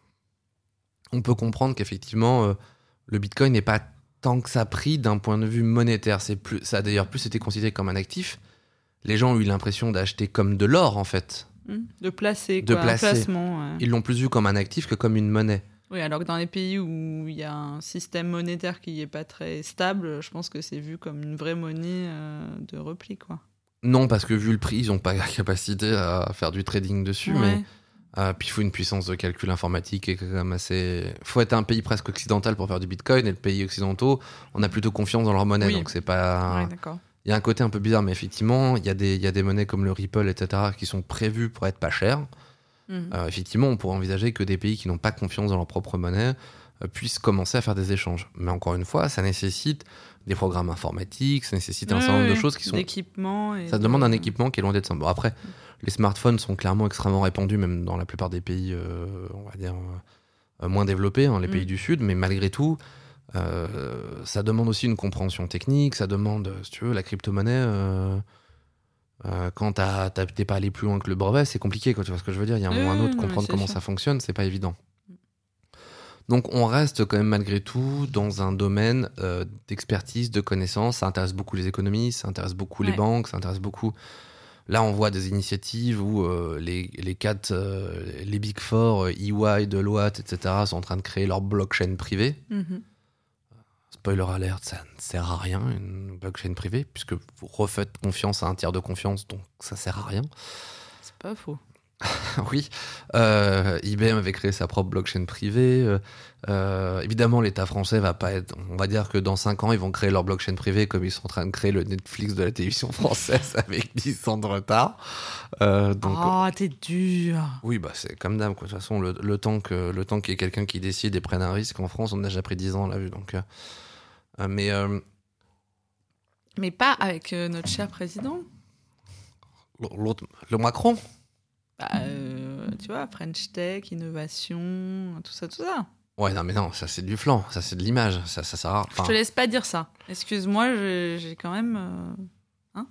on peut comprendre qu'effectivement, euh, le Bitcoin n'est pas tant que ça pris d'un point de vue monétaire. C'est plus, ça a d'ailleurs plus été considéré comme un actif. Les gens ont eu l'impression d'acheter comme de l'or, en fait. Mmh. De placer, de quoi, placer. Un placement. Ouais. Ils l'ont plus vu comme un actif que comme une monnaie. Oui, alors que dans les pays où il y a un système monétaire qui n'est pas très stable, je pense que c'est vu comme une vraie monnaie euh, de repli, quoi. Non, parce que vu le prix, ils n'ont pas la capacité à faire du trading dessus, Ouais. mais euh, puis il faut une puissance de calcul informatique et quand même assez. Il faut être un pays presque occidental pour faire du Bitcoin, et le pays occidentaux, on a plutôt confiance dans leur monnaie, Oui. donc c'est pas. Ouais, d'accord. Il y a un côté un peu bizarre, mais effectivement, il y a des, il y a des monnaies comme le Ripple, et cetera, qui sont prévues pour être pas chères. Mmh. Euh, effectivement, on pourrait envisager que des pays qui n'ont pas confiance dans leur propre monnaie euh, puissent commencer à faire des échanges. Mais encore une fois, ça nécessite des programmes informatiques, ça nécessite un Ouais, certain nombre ouais, de choses qui sont. D'équipement. Et Ça de... demande un équipement qui est loin d'être simple. Bon, après, les smartphones sont clairement extrêmement répandus, même dans la plupart des pays, euh, on va dire, euh, moins développés, hein, les Mm. pays du Sud, mais malgré tout, euh, ça demande aussi une compréhension technique, ça demande, si tu veux, la crypto-monnaie. Euh, euh, quand t'as, t'as, t'es pas allé plus loin que le brevet, c'est compliqué, quoi, tu vois ce que je veux dire. Il y a un Oui, moment ou un oui, autre, non, mais comprendre c'est comment sûr. ça fonctionne, c'est pas évident. Donc on reste quand même malgré tout dans un domaine euh, d'expertise, de connaissances. Ça intéresse beaucoup les économistes, ça intéresse beaucoup les Ouais. banques, ça intéresse beaucoup... Là, on voit des initiatives où euh, les, les quatre, euh, les Big Four, euh, E Y, Deloitte, et cetera, sont en train de créer leur blockchain privée. Mhm. Spoiler alert, ça ne sert à rien, une blockchain privée, puisque vous refaites confiance à un tiers de confiance, donc ça sert à rien. C'est pas faux. Oui, euh, I B M avait créé sa propre blockchain privée. Euh, euh, évidemment, l'État français va pas être. On va dire que dans cinq ans, ils vont créer leur blockchain privée comme ils sont en train de créer le Netflix de la télévision française avec dix ans de retard. Euh, donc, Oh, t'es dur. oui, bah c'est comme d'hab, quoi. De toute façon, le, le temps que le temps qu'il y ait quelqu'un qui décide et prenne un risque en France, on a déjà pris dix ans, on l'a vu. Donc, euh, euh, mais euh, Mais pas avec euh, notre cher président. l'autre, le Macron. Bah, euh, tu vois, French Tech, innovation, tout ça, tout ça. Ouais, non, mais non, ça c'est du flan, ça c'est de l'image, ça, ça sert à. Enfin, Je te laisse pas dire ça. Excuse-moi, j'ai j'ai quand même euh, hein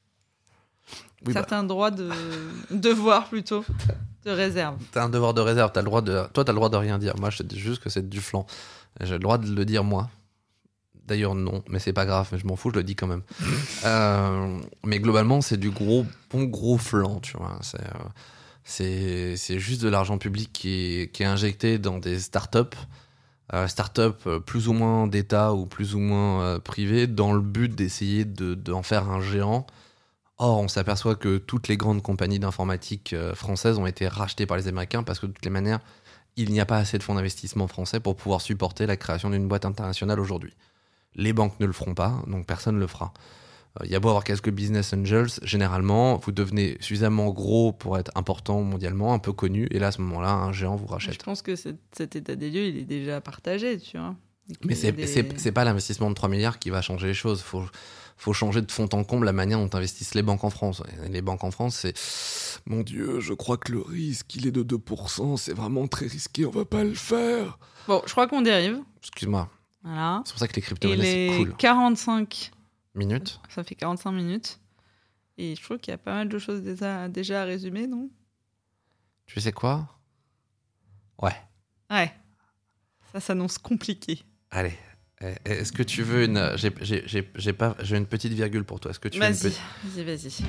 oui, bah, certains droits de devoir plutôt de réserve. t'as un devoir de réserve, t'as le droit de. Toi, t'as le droit de rien dire. Moi, je te dis juste que c'est du flan. J'ai le droit de le dire moi. D'ailleurs, non, mais c'est pas grave, je m'en fous, je le dis quand même. euh, mais globalement, c'est du gros, bon gros flan, tu vois. C'est, euh, c'est, c'est juste de l'argent public qui est, qui est injecté dans des startups, euh, startups euh, plus ou moins d'État ou plus ou moins euh, privées, dans le but d'essayer de, d'en faire un géant. Or, on s'aperçoit que toutes les grandes compagnies d'informatique euh, françaises ont été rachetées par les Américains parce que de toutes les manières, il n'y a pas assez de fonds d'investissement français pour pouvoir supporter la création d'une boîte internationale aujourd'hui. Les banques ne le feront pas, donc personne ne le fera. Il euh, y a beau avoir quelques business angels, généralement, vous devenez suffisamment gros pour être important mondialement, un peu connu, et là, à ce moment-là, un géant vous Je rachète. pense que cet, cet état des lieux, il est déjà partagé, tu vois. Mais c'est, des... c'est, c'est pas l'investissement de trois milliards qui va changer les choses. Faut, faut changer de fond en comble la manière dont investissent les banques en France. Et les banques en France, c'est... Mon Dieu, je crois que le risque, il est de deux pour cent, c'est vraiment très risqué, on va pas le faire. Bon, je crois qu'on dérive. Excuse-moi. Voilà. C'est pour ça que les Et crypto-monnaies, les c'est cool. quarante-cinq, Minutes. ça fait quarante-cinq minutes. Et je trouve qu'il y a pas mal de choses déjà, déjà à résumer, non? Tu sais quoi? Ouais. Ouais. Ça s'annonce compliqué. Allez. Eh, Est-ce que tu veux une... J'ai, j'ai, j'ai, j'ai pas... j'ai une petite virgule pour toi. Est-ce que tu veux une Vas-y, petite... vas-y, vas-y.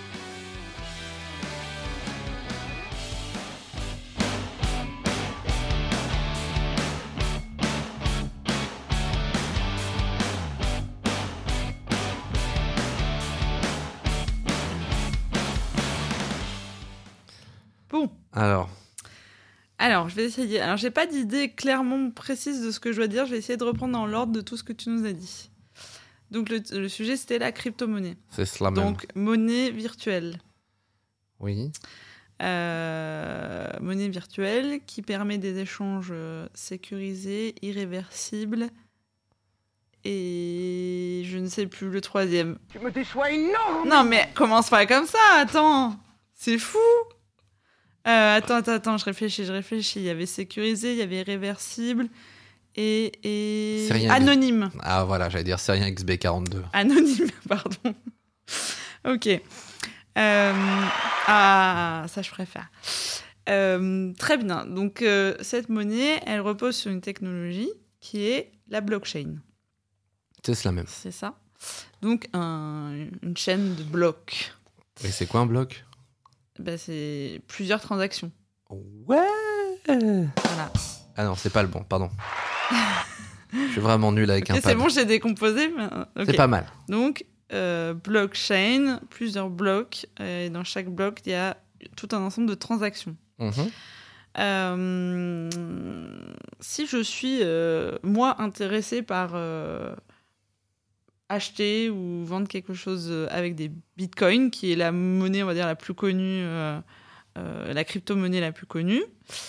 Bon. Alors, Alors, je vais essayer. Alors, j'ai pas d'idée clairement précise de ce que je dois dire. Je vais essayer de reprendre dans l'ordre de tout ce que tu nous as dit. Donc, le, le sujet, c'était la crypto-monnaie. c'est cela même. Donc, monnaie virtuelle. Oui. Euh, monnaie virtuelle qui permet des échanges euh, sécurisés, irréversibles. Et je ne sais plus le troisième. Tu me déçois énormément. Non, mais commence pas comme ça, attends. C'est fou. Euh, attends, attends, attends, je réfléchis, je réfléchis. Il y avait sécurisé, il y avait réversible et, et... C'est rien. anonyme. Ah voilà, j'allais dire c'est rien X B quarante-deux. Anonyme, pardon. Ok. Euh, Ah, ça je préfère. Euh, très bien. Donc euh, cette monnaie, elle repose sur une technologie qui est la blockchain. C'est cela même. C'est ça. Donc un- une chaîne de blocs. Et c'est quoi un bloc? Ben, c'est plusieurs transactions. Ouais. Voilà. Ah non, c'est pas le bon, pardon. Je suis vraiment nul avec Ok, un c'est pad. bon, j'ai décomposé. Mais... ok. C'est pas mal. Donc, euh, blockchain, plusieurs blocs. Et dans chaque bloc, il y a tout un ensemble de transactions. Mhm. Euh, si je suis, euh, moi, intéressée par euh, acheter ou vendre quelque chose avec des bitcoins, qui est la monnaie, on va dire, la plus connue, euh, euh, la crypto-monnaie la plus connue,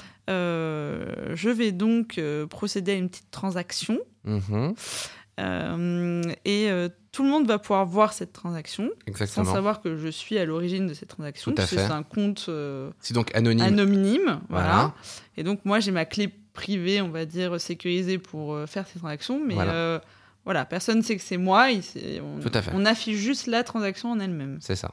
euh, je vais donc euh, procéder à une petite transaction. Mhm. Euh, et euh, tout le monde va pouvoir voir cette transaction Exactement. sans savoir que je suis à l'origine de cette transaction. Tout à puisque fait. c'est un compte euh, C'est donc anonyme. anonyme. Voilà. Voilà. Et donc, moi, j'ai ma clé privée, on va dire, sécurisée pour euh, faire ces transactions. Mais Voilà. euh, voilà, personne ne sait que c'est moi. Il, c'est- on, Tout à fait. on affiche juste la transaction en elle-même. C'est ça.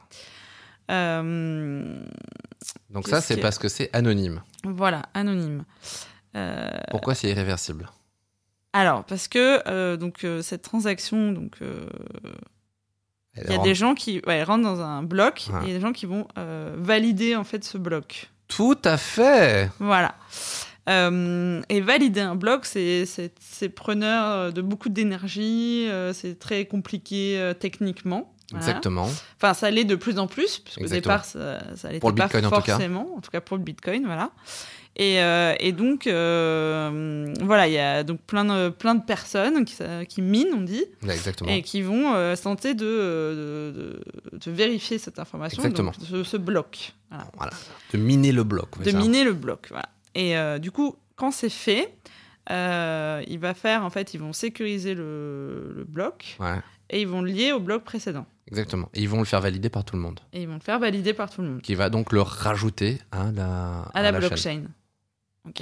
Euh, Donc Qu'est-ce ça, c'est que- parce que c'est anonyme. voilà, anonyme. Euh, Pourquoi c'est irréversible? alors, parce que euh, donc, euh, cette transaction, donc, euh, Elle il y a rentre- des gens qui ouais, rentrent dans un bloc Ouais. et il y a des gens qui vont euh, valider en fait ce bloc. Tout à fait. Voilà. Euh, et valider un bloc, c'est, c'est, c'est preneur de beaucoup d'énergie, euh, c'est très compliqué euh, techniquement. Voilà. Exactement. Enfin, ça l'est de plus en plus, parce qu'au Exactement. départ, ça, ça l'était Pour le pas Bitcoin, en tout cas. forcément, en tout cas pour le Bitcoin, voilà. Et, euh, et donc, euh, voilà, il y a donc plein de, plein de personnes qui, ça- qui minent, on dit, Ouais, exactement. et qui vont euh, tenter de, de, de, de vérifier cette information, Exactement. donc ce, ce bloc. Voilà. Voilà. De miner le bloc. ouais, De ça. miner le bloc, voilà. Et euh, du coup, quand c'est fait, euh, il va faire, en fait, ils vont sécuriser le, le bloc Ouais, et ils vont le lier au bloc précédent. exactement. Et ils vont le faire valider par tout le monde. Et ils vont le faire valider par tout le monde. Qui va donc le rajouter à la, À la, chaîne. blockchain. Ok.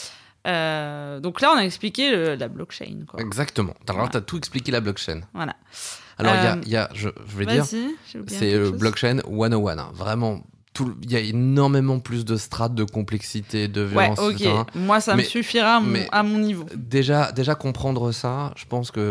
Euh, donc là, on a expliqué le- la blockchain, quoi. Exactement. Alors, Voilà. tu as tout expliqué la blockchain. Voilà. Alors, il y a- Euh, il y, a, je, je vais dire, Vas-y, j'ai oublié c'est quelque le chose. blockchain cent un. Hein. Vraiment, tout, il y a énormément plus de strates de complexité, de Ouais, violence, ok. et cetera. Moi, ça Mais- me suffira à mon, mais- à mon niveau. Déjà, déjà comprendre ça, je pense que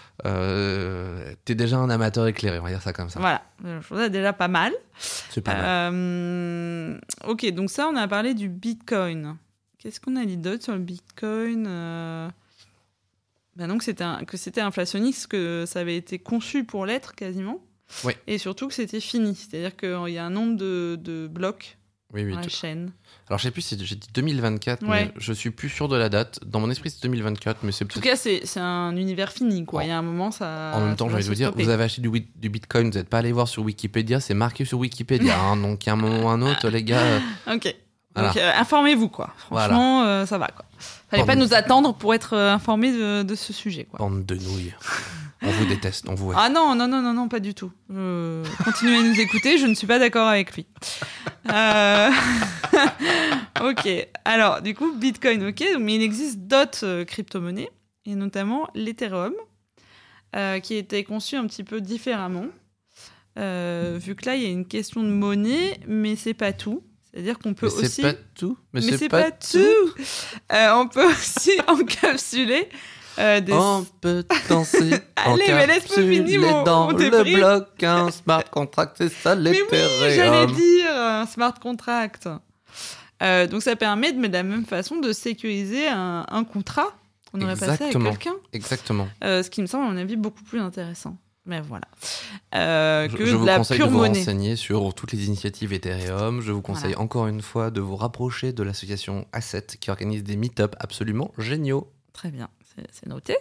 euh, t'es déjà un amateur éclairé, on va dire ça comme ça. Voilà. Je trouve ça déjà pas mal. C'est pas mal. Euh, ok, donc ça, on a parlé du Bitcoin. Qu'est-ce qu'on a dit d'autre sur le Bitcoin euh... ben donc c'était un- que c'était inflationniste, que ça avait été conçu pour l'être quasiment. Oui. Et surtout que c'était fini. C'est-à-dire qu'il y a un nombre de, de blocs Oui, oui. dans la tout- chaîne. Alors, je sais plus si j'ai dit deux mille vingt-quatre, Ouais. mais je suis plus sûr de la date. Dans mon esprit, c'est deux mille vingt-quatre, mais c'est En tout peut-être. cas, c'est c'est un univers fini, quoi. En- Il y a un moment, ça. En même temps, ça j'ai va envie de se vous dire, stopper. vous avez acheté du, wi- du Bitcoin, vous n'êtes pas allé voir sur Wikipédia, c'est marqué sur Wikipédia. hein, donc, à un moment ou à un autre, les gars. euh, Ok. Voilà. Donc, euh, informez-vous, quoi. Franchement, euh, ça va, quoi. Fallait Bande- pas nous attendre pour être euh, informés de, de ce sujet, quoi. Bande de nouilles. On vous déteste, on vous hait. Ah non, non, non, non, non, pas du tout. Euh, continuez à nous écouter, je ne suis pas d'accord avec lui. Euh, ok, alors du coup, Bitcoin, ok, mais il existe d'autres euh, crypto-monnaies et notamment l'Ethereum, euh, qui a été conçu un petit peu différemment. Euh, vu que là, il y a une question de monnaie, mais c'est pas tout. C'est-à-dire qu'on peut mais aussi... Mais c'est pas tout. Mais, mais c'est, c'est pas, pas tout. tout. Euh, on peut aussi encapsuler euh, des... On peut danser. Allez, mais laisse-moi finir mon, dans mon le bloc, un smart contract, c'est ça l'Ethereum. Mais oui, j'allais dire un smart contract. Euh, donc ça permet de, mais de la même façon de sécuriser un, un contrat qu'on aurait passé avec quelqu'un. Exactement. Euh, ce qui me semble, à mon avis, beaucoup plus intéressant. Mais voilà. Euh, que je je de vous la conseille pure de vous monnaie. renseigner sur toutes les initiatives Ethereum. Je vous conseille voilà. encore une fois de vous rapprocher de l'association Asset qui organise des meet-up absolument géniaux. Très bien, c'est, c'est noté.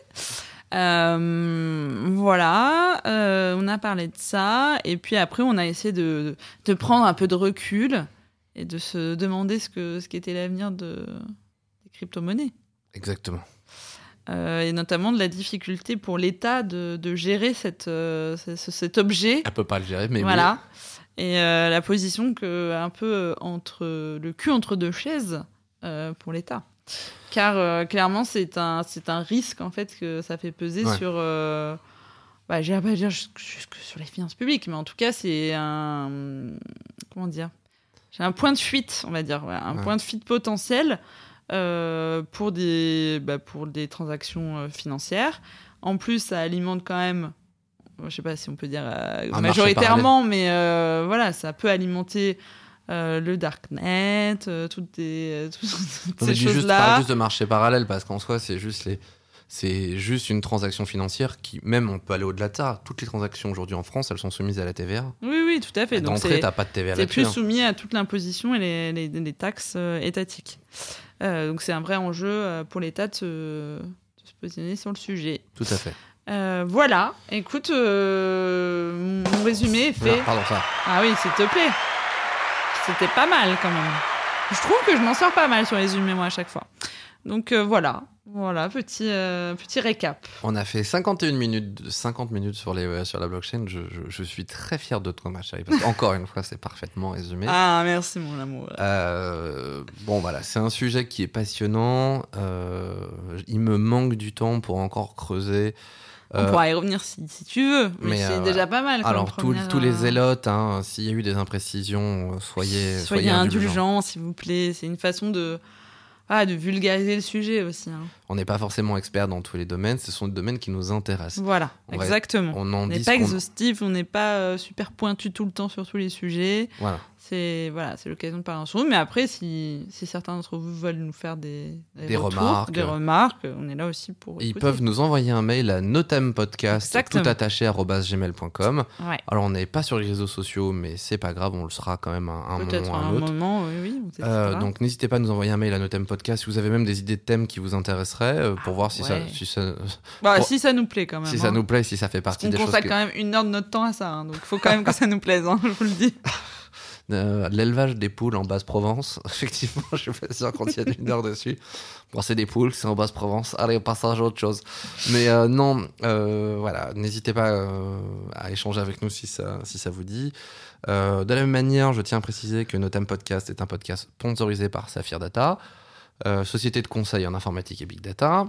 Euh, voilà, euh, on a parlé de ça. Et puis après, on a essayé de, de prendre un peu de recul et de se demander ce, que, ce qu'était l'avenir de, des crypto-monnaies. Exactement. Euh, et notamment de la difficulté pour l'État de, de gérer cette, euh, ce, cet objet. Elle peut pas le gérer, mais voilà. Oui. Et euh, la position que un peu entre le cul entre deux chaises euh, pour l'État. Car euh, clairement, c'est un, c'est un risque en fait que ça fait peser ouais. sur. Euh, bah, je vais pas dire jusque, jusque sur les finances publiques, mais en tout cas, c'est un. Comment dire ? J'ai un point de fuite, on va dire, ouais, un ouais. point de fuite potentiel. Euh, pour, des, bah, pour des transactions euh, financières. En plus, ça alimente quand même, je ne sais pas si on peut dire euh, majoritairement, mais euh, voilà, ça peut alimenter euh, le darknet, euh, toutes, des, toutes, toutes on ces dit choses-là. Juste, juste de marché parallèle, parce qu'en soi, c'est juste, les, c'est juste une transaction financière qui, même, on peut aller au-delà de ça. Toutes les transactions aujourd'hui en France, elles sont soumises à la T V A. Oui, oui, tout à fait. Donc, d'entrée, tu n'as pas de T V A là-dessus. C'est plus hein. soumis à toute l'imposition et les, les, les taxes euh, étatiques. Euh, donc c'est un vrai enjeu euh, pour l'État de se, de se positionner sur le sujet. Tout à fait. Euh, voilà, écoute, euh, mon résumé est fait. Non, pardon, ça. Ah oui, s'il te plaît. C'était pas mal quand même. Je trouve que je m'en sors pas mal sur les résumés moi à chaque fois. Donc euh, voilà, voilà, petit, euh, petit récap. On a fait cinquante et une minutes, cinquante minutes sur, les, euh, sur la blockchain. Je, je, je suis très fier de toi, ma chérie, parce qu'encore une fois, c'est parfaitement résumé. Ah, merci, mon amour. Euh, bon, voilà, c'est un sujet qui est passionnant. Euh, il me manque du temps pour encore creuser. On euh, pourra y revenir si, si tu veux, mais, mais c'est euh, déjà pas mal. Alors, tous tous les zélotes, hein, s'il y a eu des imprécisions, soyez, soyez, soyez indulgents, indulgents, s'il vous plaît. C'est une façon de... Ah, de vulgariser le sujet aussi. Hein. On n'est pas forcément expert dans tous les domaines, ce sont des domaines qui nous intéressent. Voilà, on exactement. Va, on n'est pas exhaustif, on n'est pas euh, super pointu tout le temps sur tous les sujets. Voilà. C'est, voilà, c'est l'occasion de parler ensemble. Mais après, si, si certains d'entre vous veulent nous faire des, des, des retours, remarques, des remarques, on est là aussi pour Ils écouter. peuvent nous envoyer un mail à notempodcast, tout attaché, arobase gmail point com. Ouais. Alors, on n'est pas sur les réseaux sociaux, mais c'est pas grave, on le sera quand même un, un Peut-être moment ou un, un autre. moment, oui, oui. Euh, donc, n'hésitez pas à nous envoyer un mail à notempodcast si vous avez même des idées de thèmes qui vous intéresseraient, euh, pour ah, voir si, ouais. ça, si ça... Bah, pour... si ça nous plaît quand même. Si hein. ça nous plaît, si ça fait partie on des choses... On consacre quand même une heure de notre temps à ça, hein, donc il faut quand même que ça nous plaise, hein, je vous le dis. Euh, l'élevage des poules en Basse-Provence, effectivement, je suis pas sûr qu'on tienne une heure dessus. Bon, c'est des poules, c'est en Basse-Provence. Allez, on passe à autre chose. Mais euh, non, euh, voilà, n'hésitez pas euh, à échanger avec nous si ça, si ça vous dit. Euh, de la même manière, je tiens à préciser que Notem Podcast est un podcast sponsorisé par Saphir Data, euh, société de conseil en informatique et big data.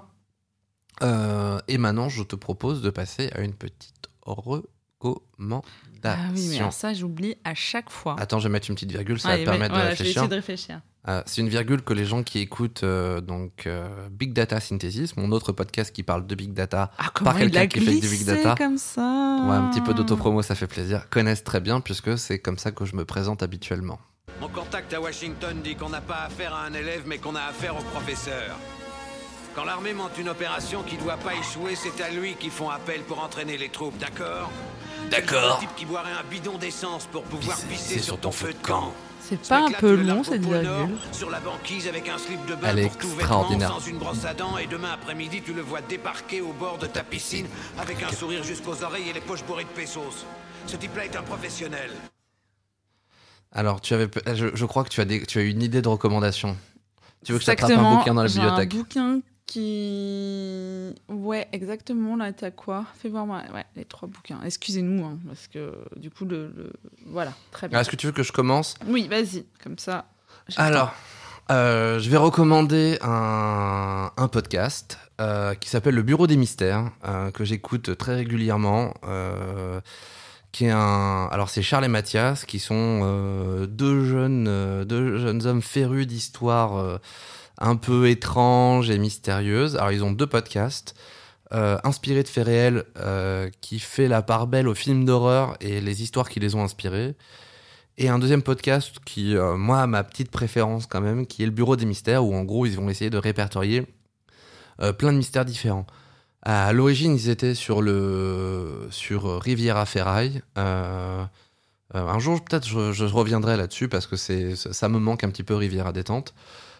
Euh, et maintenant, je te propose de passer à une petite recommandation. Ah oui, mais alors ça, j'oublie à chaque fois. Attends, je vais mettre une petite virgule, ça ah, va te permettre voilà, de réfléchir. Je vais essayer de réfléchir. Euh, c'est une virgule que les gens qui écoutent euh, donc, euh, Big Data Synthesis, mon autre podcast qui parle de Big Data ah, par quelqu'un qui fait du Big Data. Comme ça. Ouais, un petit peu d'autopromo, ça fait plaisir. Connaissent très bien puisque c'est comme ça que je me présente habituellement. Mon contact à Washington dit qu'on n'a pas affaire à un élève, mais qu'on a affaire au professeur. Quand l'armée monte une opération qui ne doit pas échouer, c'est à lui qu'ils font appel pour entraîner les troupes, d'accord ? D'accord. Un type qui boirait un bidon d'essence pour pouvoir pisser sur ton feu de camp. C'est pas un peu long cette virgule. Sur la banquise avec un slip de bain Elle est pour tout extraordinaire. vêtement, sans une brosse à dents, et demain après-midi tu le vois débarquer au bord de ta piscine avec un sourire jusqu'aux oreilles et les poches bourrées de pesos. Ce type-là est un professionnel. Alors tu avais, je, je crois que tu as, des, tu as une idée de recommandation. Tu veux que Exactement, je t'attrape un bouquin dans la j'ai bibliothèque ? Un bouquin qui... Ouais, exactement, là, t'as quoi ? Fais voir moi. Ouais, les trois bouquins. Excusez-nous, hein, parce que du coup, le... le... Voilà, très bien. Est-ce que tu veux que je commence ? Oui, vas-y, comme ça. Alors, Euh, je vais recommander un, un podcast euh, qui s'appelle Le Bureau des Mystères, euh, que j'écoute très régulièrement. Euh, qui est un... Alors, c'est Charles et Mathias, qui sont euh, deux, jeunes, euh, deux jeunes hommes férus d'histoires euh, un peu étranges et mystérieuses. Alors, ils ont deux podcasts. Euh, inspirés de faits réels, euh, qui fait la part belle aux films d'horreur et les histoires qui les ont inspirés. Et un deuxième podcast qui, euh, moi, a ma petite préférence quand même, qui est le Bureau des Mystères, où en gros, ils vont essayer de répertorier euh, plein de mystères différents. À l'origine, ils étaient sur, le, sur Riviera Ferraille. Euh, euh, un jour, peut-être, je, je reviendrai là-dessus, parce que c'est, ça me manque un petit peu Riviera Détente.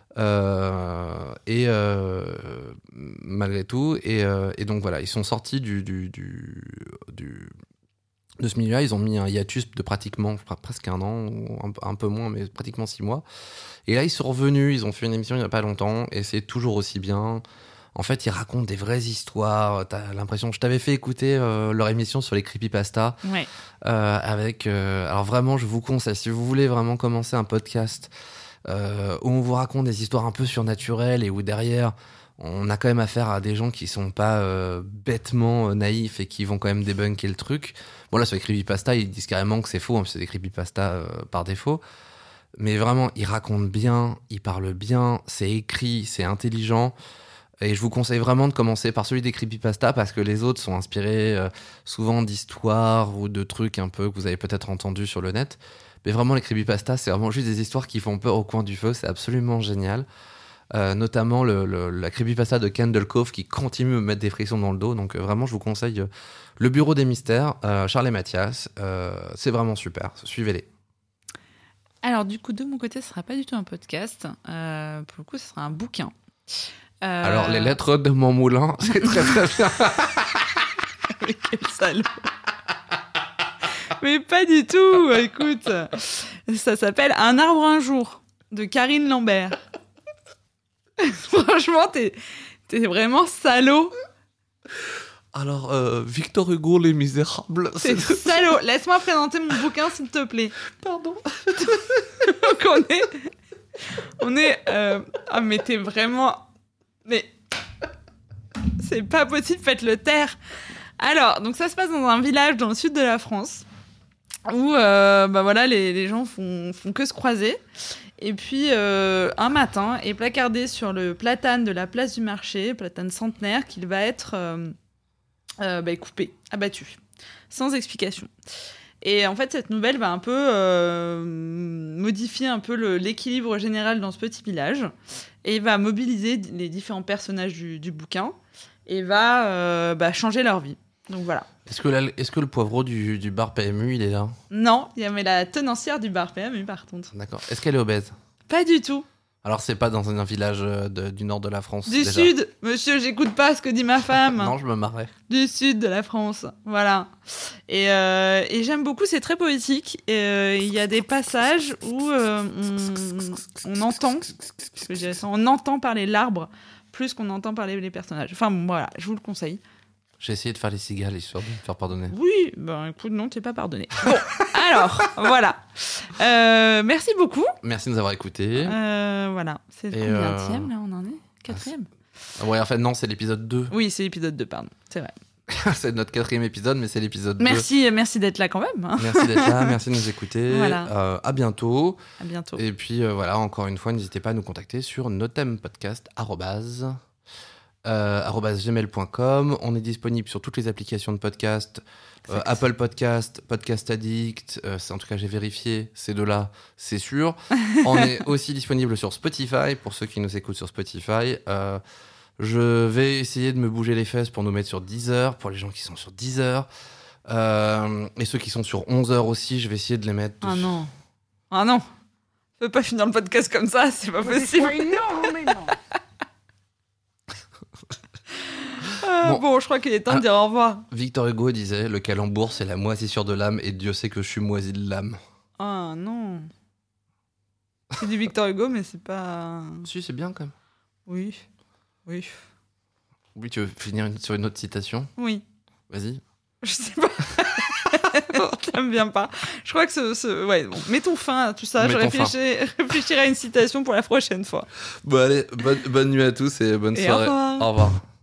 Euh, et euh, malgré tout, et, euh, et donc voilà, ils sont sortis du, du, du, du de ce milieu-là. Ils ont mis un hiatus de pratiquement presque un an, ou un, un peu moins, mais pratiquement six mois. Et là, ils sont revenus, ils ont fait une émission il n'y a pas longtemps, et c'est toujours aussi bien. En fait, ils racontent des vraies histoires. T'as l'impression, je t'avais fait écouter euh, leur émission sur les creepypasta, Ouais. euh, avec. Euh, alors vraiment, je vous conseille, si vous voulez vraiment commencer un podcast. Euh, où on vous raconte des histoires un peu surnaturelles et où derrière on a quand même affaire à des gens qui sont pas euh, bêtement euh, naïfs et qui vont quand même débunker le truc. Bon là sur les creepypasta ils disent carrément que c'est faux, hein, c'est des creepypasta euh, par défaut, mais vraiment ils racontent bien, ils parlent bien, c'est écrit, c'est intelligent. Et je vous conseille vraiment de commencer par celui des creepypasta, parce que les autres sont inspirés euh, souvent d'histoires ou de trucs un peu que vous avez peut-être entendus sur le net. Mais vraiment, les creepypasta, c'est vraiment juste des histoires qui font peur au coin du feu. C'est absolument génial. Euh, notamment le, le, la creepypasta de Candle Cove qui continue de me mettre des frissons dans le dos. Donc euh, vraiment, je vous conseille euh, Le Bureau des Mystères, euh, Charles et Mathias. Euh, c'est vraiment super. Suivez-les. Alors, du coup, de mon côté, ce sera pas du tout un podcast. Euh, pour le coup, ce sera un bouquin. Euh... Alors, Les Lettres de mon moulin, c'est très très bien. Mais quel salaud. Mais pas du tout, écoute. Ça s'appelle Un arbre un jour, de Karine Lambert. Franchement, t'es, t'es vraiment salaud. Alors, euh, Victor Hugo, Les Misérables. C'est C'est salaud. Laisse-moi présenter mon bouquin, s'il te plaît. Pardon. Donc, on est... On est... Euh... Ah, mais t'es vraiment... Mais... C'est pas possible, faites-le taire. Alors, donc ça se passe dans un village dans le sud de la France, où euh, bah voilà, les, les gens font, font que se croiser. Et puis, euh, un matin, est placardé sur le platane de la place du marché, platane centenaire, qu'il va être euh, euh, bah, coupé, abattu, sans explication. Et en fait, cette nouvelle va un peu euh, modifier un peu le, l'équilibre général dans ce petit village, et va mobiliser les différents personnages du, du bouquin, et va euh, bah, changer leur vie. Donc voilà. Est-ce que, la, est-ce que le poivreau du, du bar P M U, il est là? Non, il y avait la tenancière du bar P M U par contre. D'accord. Est-ce qu'elle est obèse? Pas du tout. Alors, c'est pas dans un village de, du nord de la France? Du déjà. sud, monsieur, j'écoute pas ce que dit ma femme. Non, je me marrais. Du sud de la France, voilà. Et, euh, et j'aime beaucoup, c'est très poétique. Il euh, y a des passages où euh, on, on entend, je dirais ça, on entend parler l'arbre plus qu'on entend parler les personnages. Enfin bon, voilà, je vous le conseille. J'ai essayé de faire les cigales, histoire de me faire pardonner. Oui, ben écoute, non, t'es pas pardonné. Bon, alors, voilà. Euh, merci beaucoup. Merci de nous avoir écoutés. Euh, voilà, c'est le Et combienième, euh... là, on en est Quatrième. Ah, ouais, en fait, non, c'est l'épisode deux. Oui, c'est l'épisode deux, pardon, c'est vrai. C'est notre quatrième épisode, mais c'est l'épisode merci, deux. Merci d'être là quand même. Hein. Merci d'être là, merci de nous écouter. Voilà. Euh, à bientôt. À bientôt. Et puis, euh, voilà, encore une fois, n'hésitez pas à nous contacter sur notempodcast arobase Euh, arobase gmail point com. On est disponible sur toutes les applications de podcast, euh, Apple Podcast, Podcast Addict, euh, c'est, en tout cas j'ai vérifié ces deux-là, c'est sûr. On est aussi disponible sur Spotify pour ceux qui nous écoutent sur Spotify. Euh, je vais essayer de me bouger les fesses pour nous mettre sur Deezer, pour les gens qui sont sur Deezer. Euh, et ceux qui sont sur onze heures aussi, je vais essayer de les mettre tous. Ah non, ah non, je peux pas finir le podcast comme ça, c'est pas possible. Non, mais non. Ah, bon. bon, je crois qu'il est temps ah, de dire au revoir. Victor Hugo disait « Le calembour, c'est la moisissure de l'âme, et Dieu sait que je suis moisi de l'âme. » Ah non. C'est du Victor Hugo, mais c'est pas... Si, c'est bien quand même. Oui, oui. Oui, tu veux finir une, sur une autre citation? Oui. Vas-y. Je sais pas. T'aimes bien pas. Je crois que ce... ce... Ouais, bon, mettons fin à tout ça. Mettons Je réfléchis... réfléchirai à une citation pour la prochaine fois. Bon, allez, bonne, bonne nuit à tous et bonne Et soirée. au revoir. Au revoir.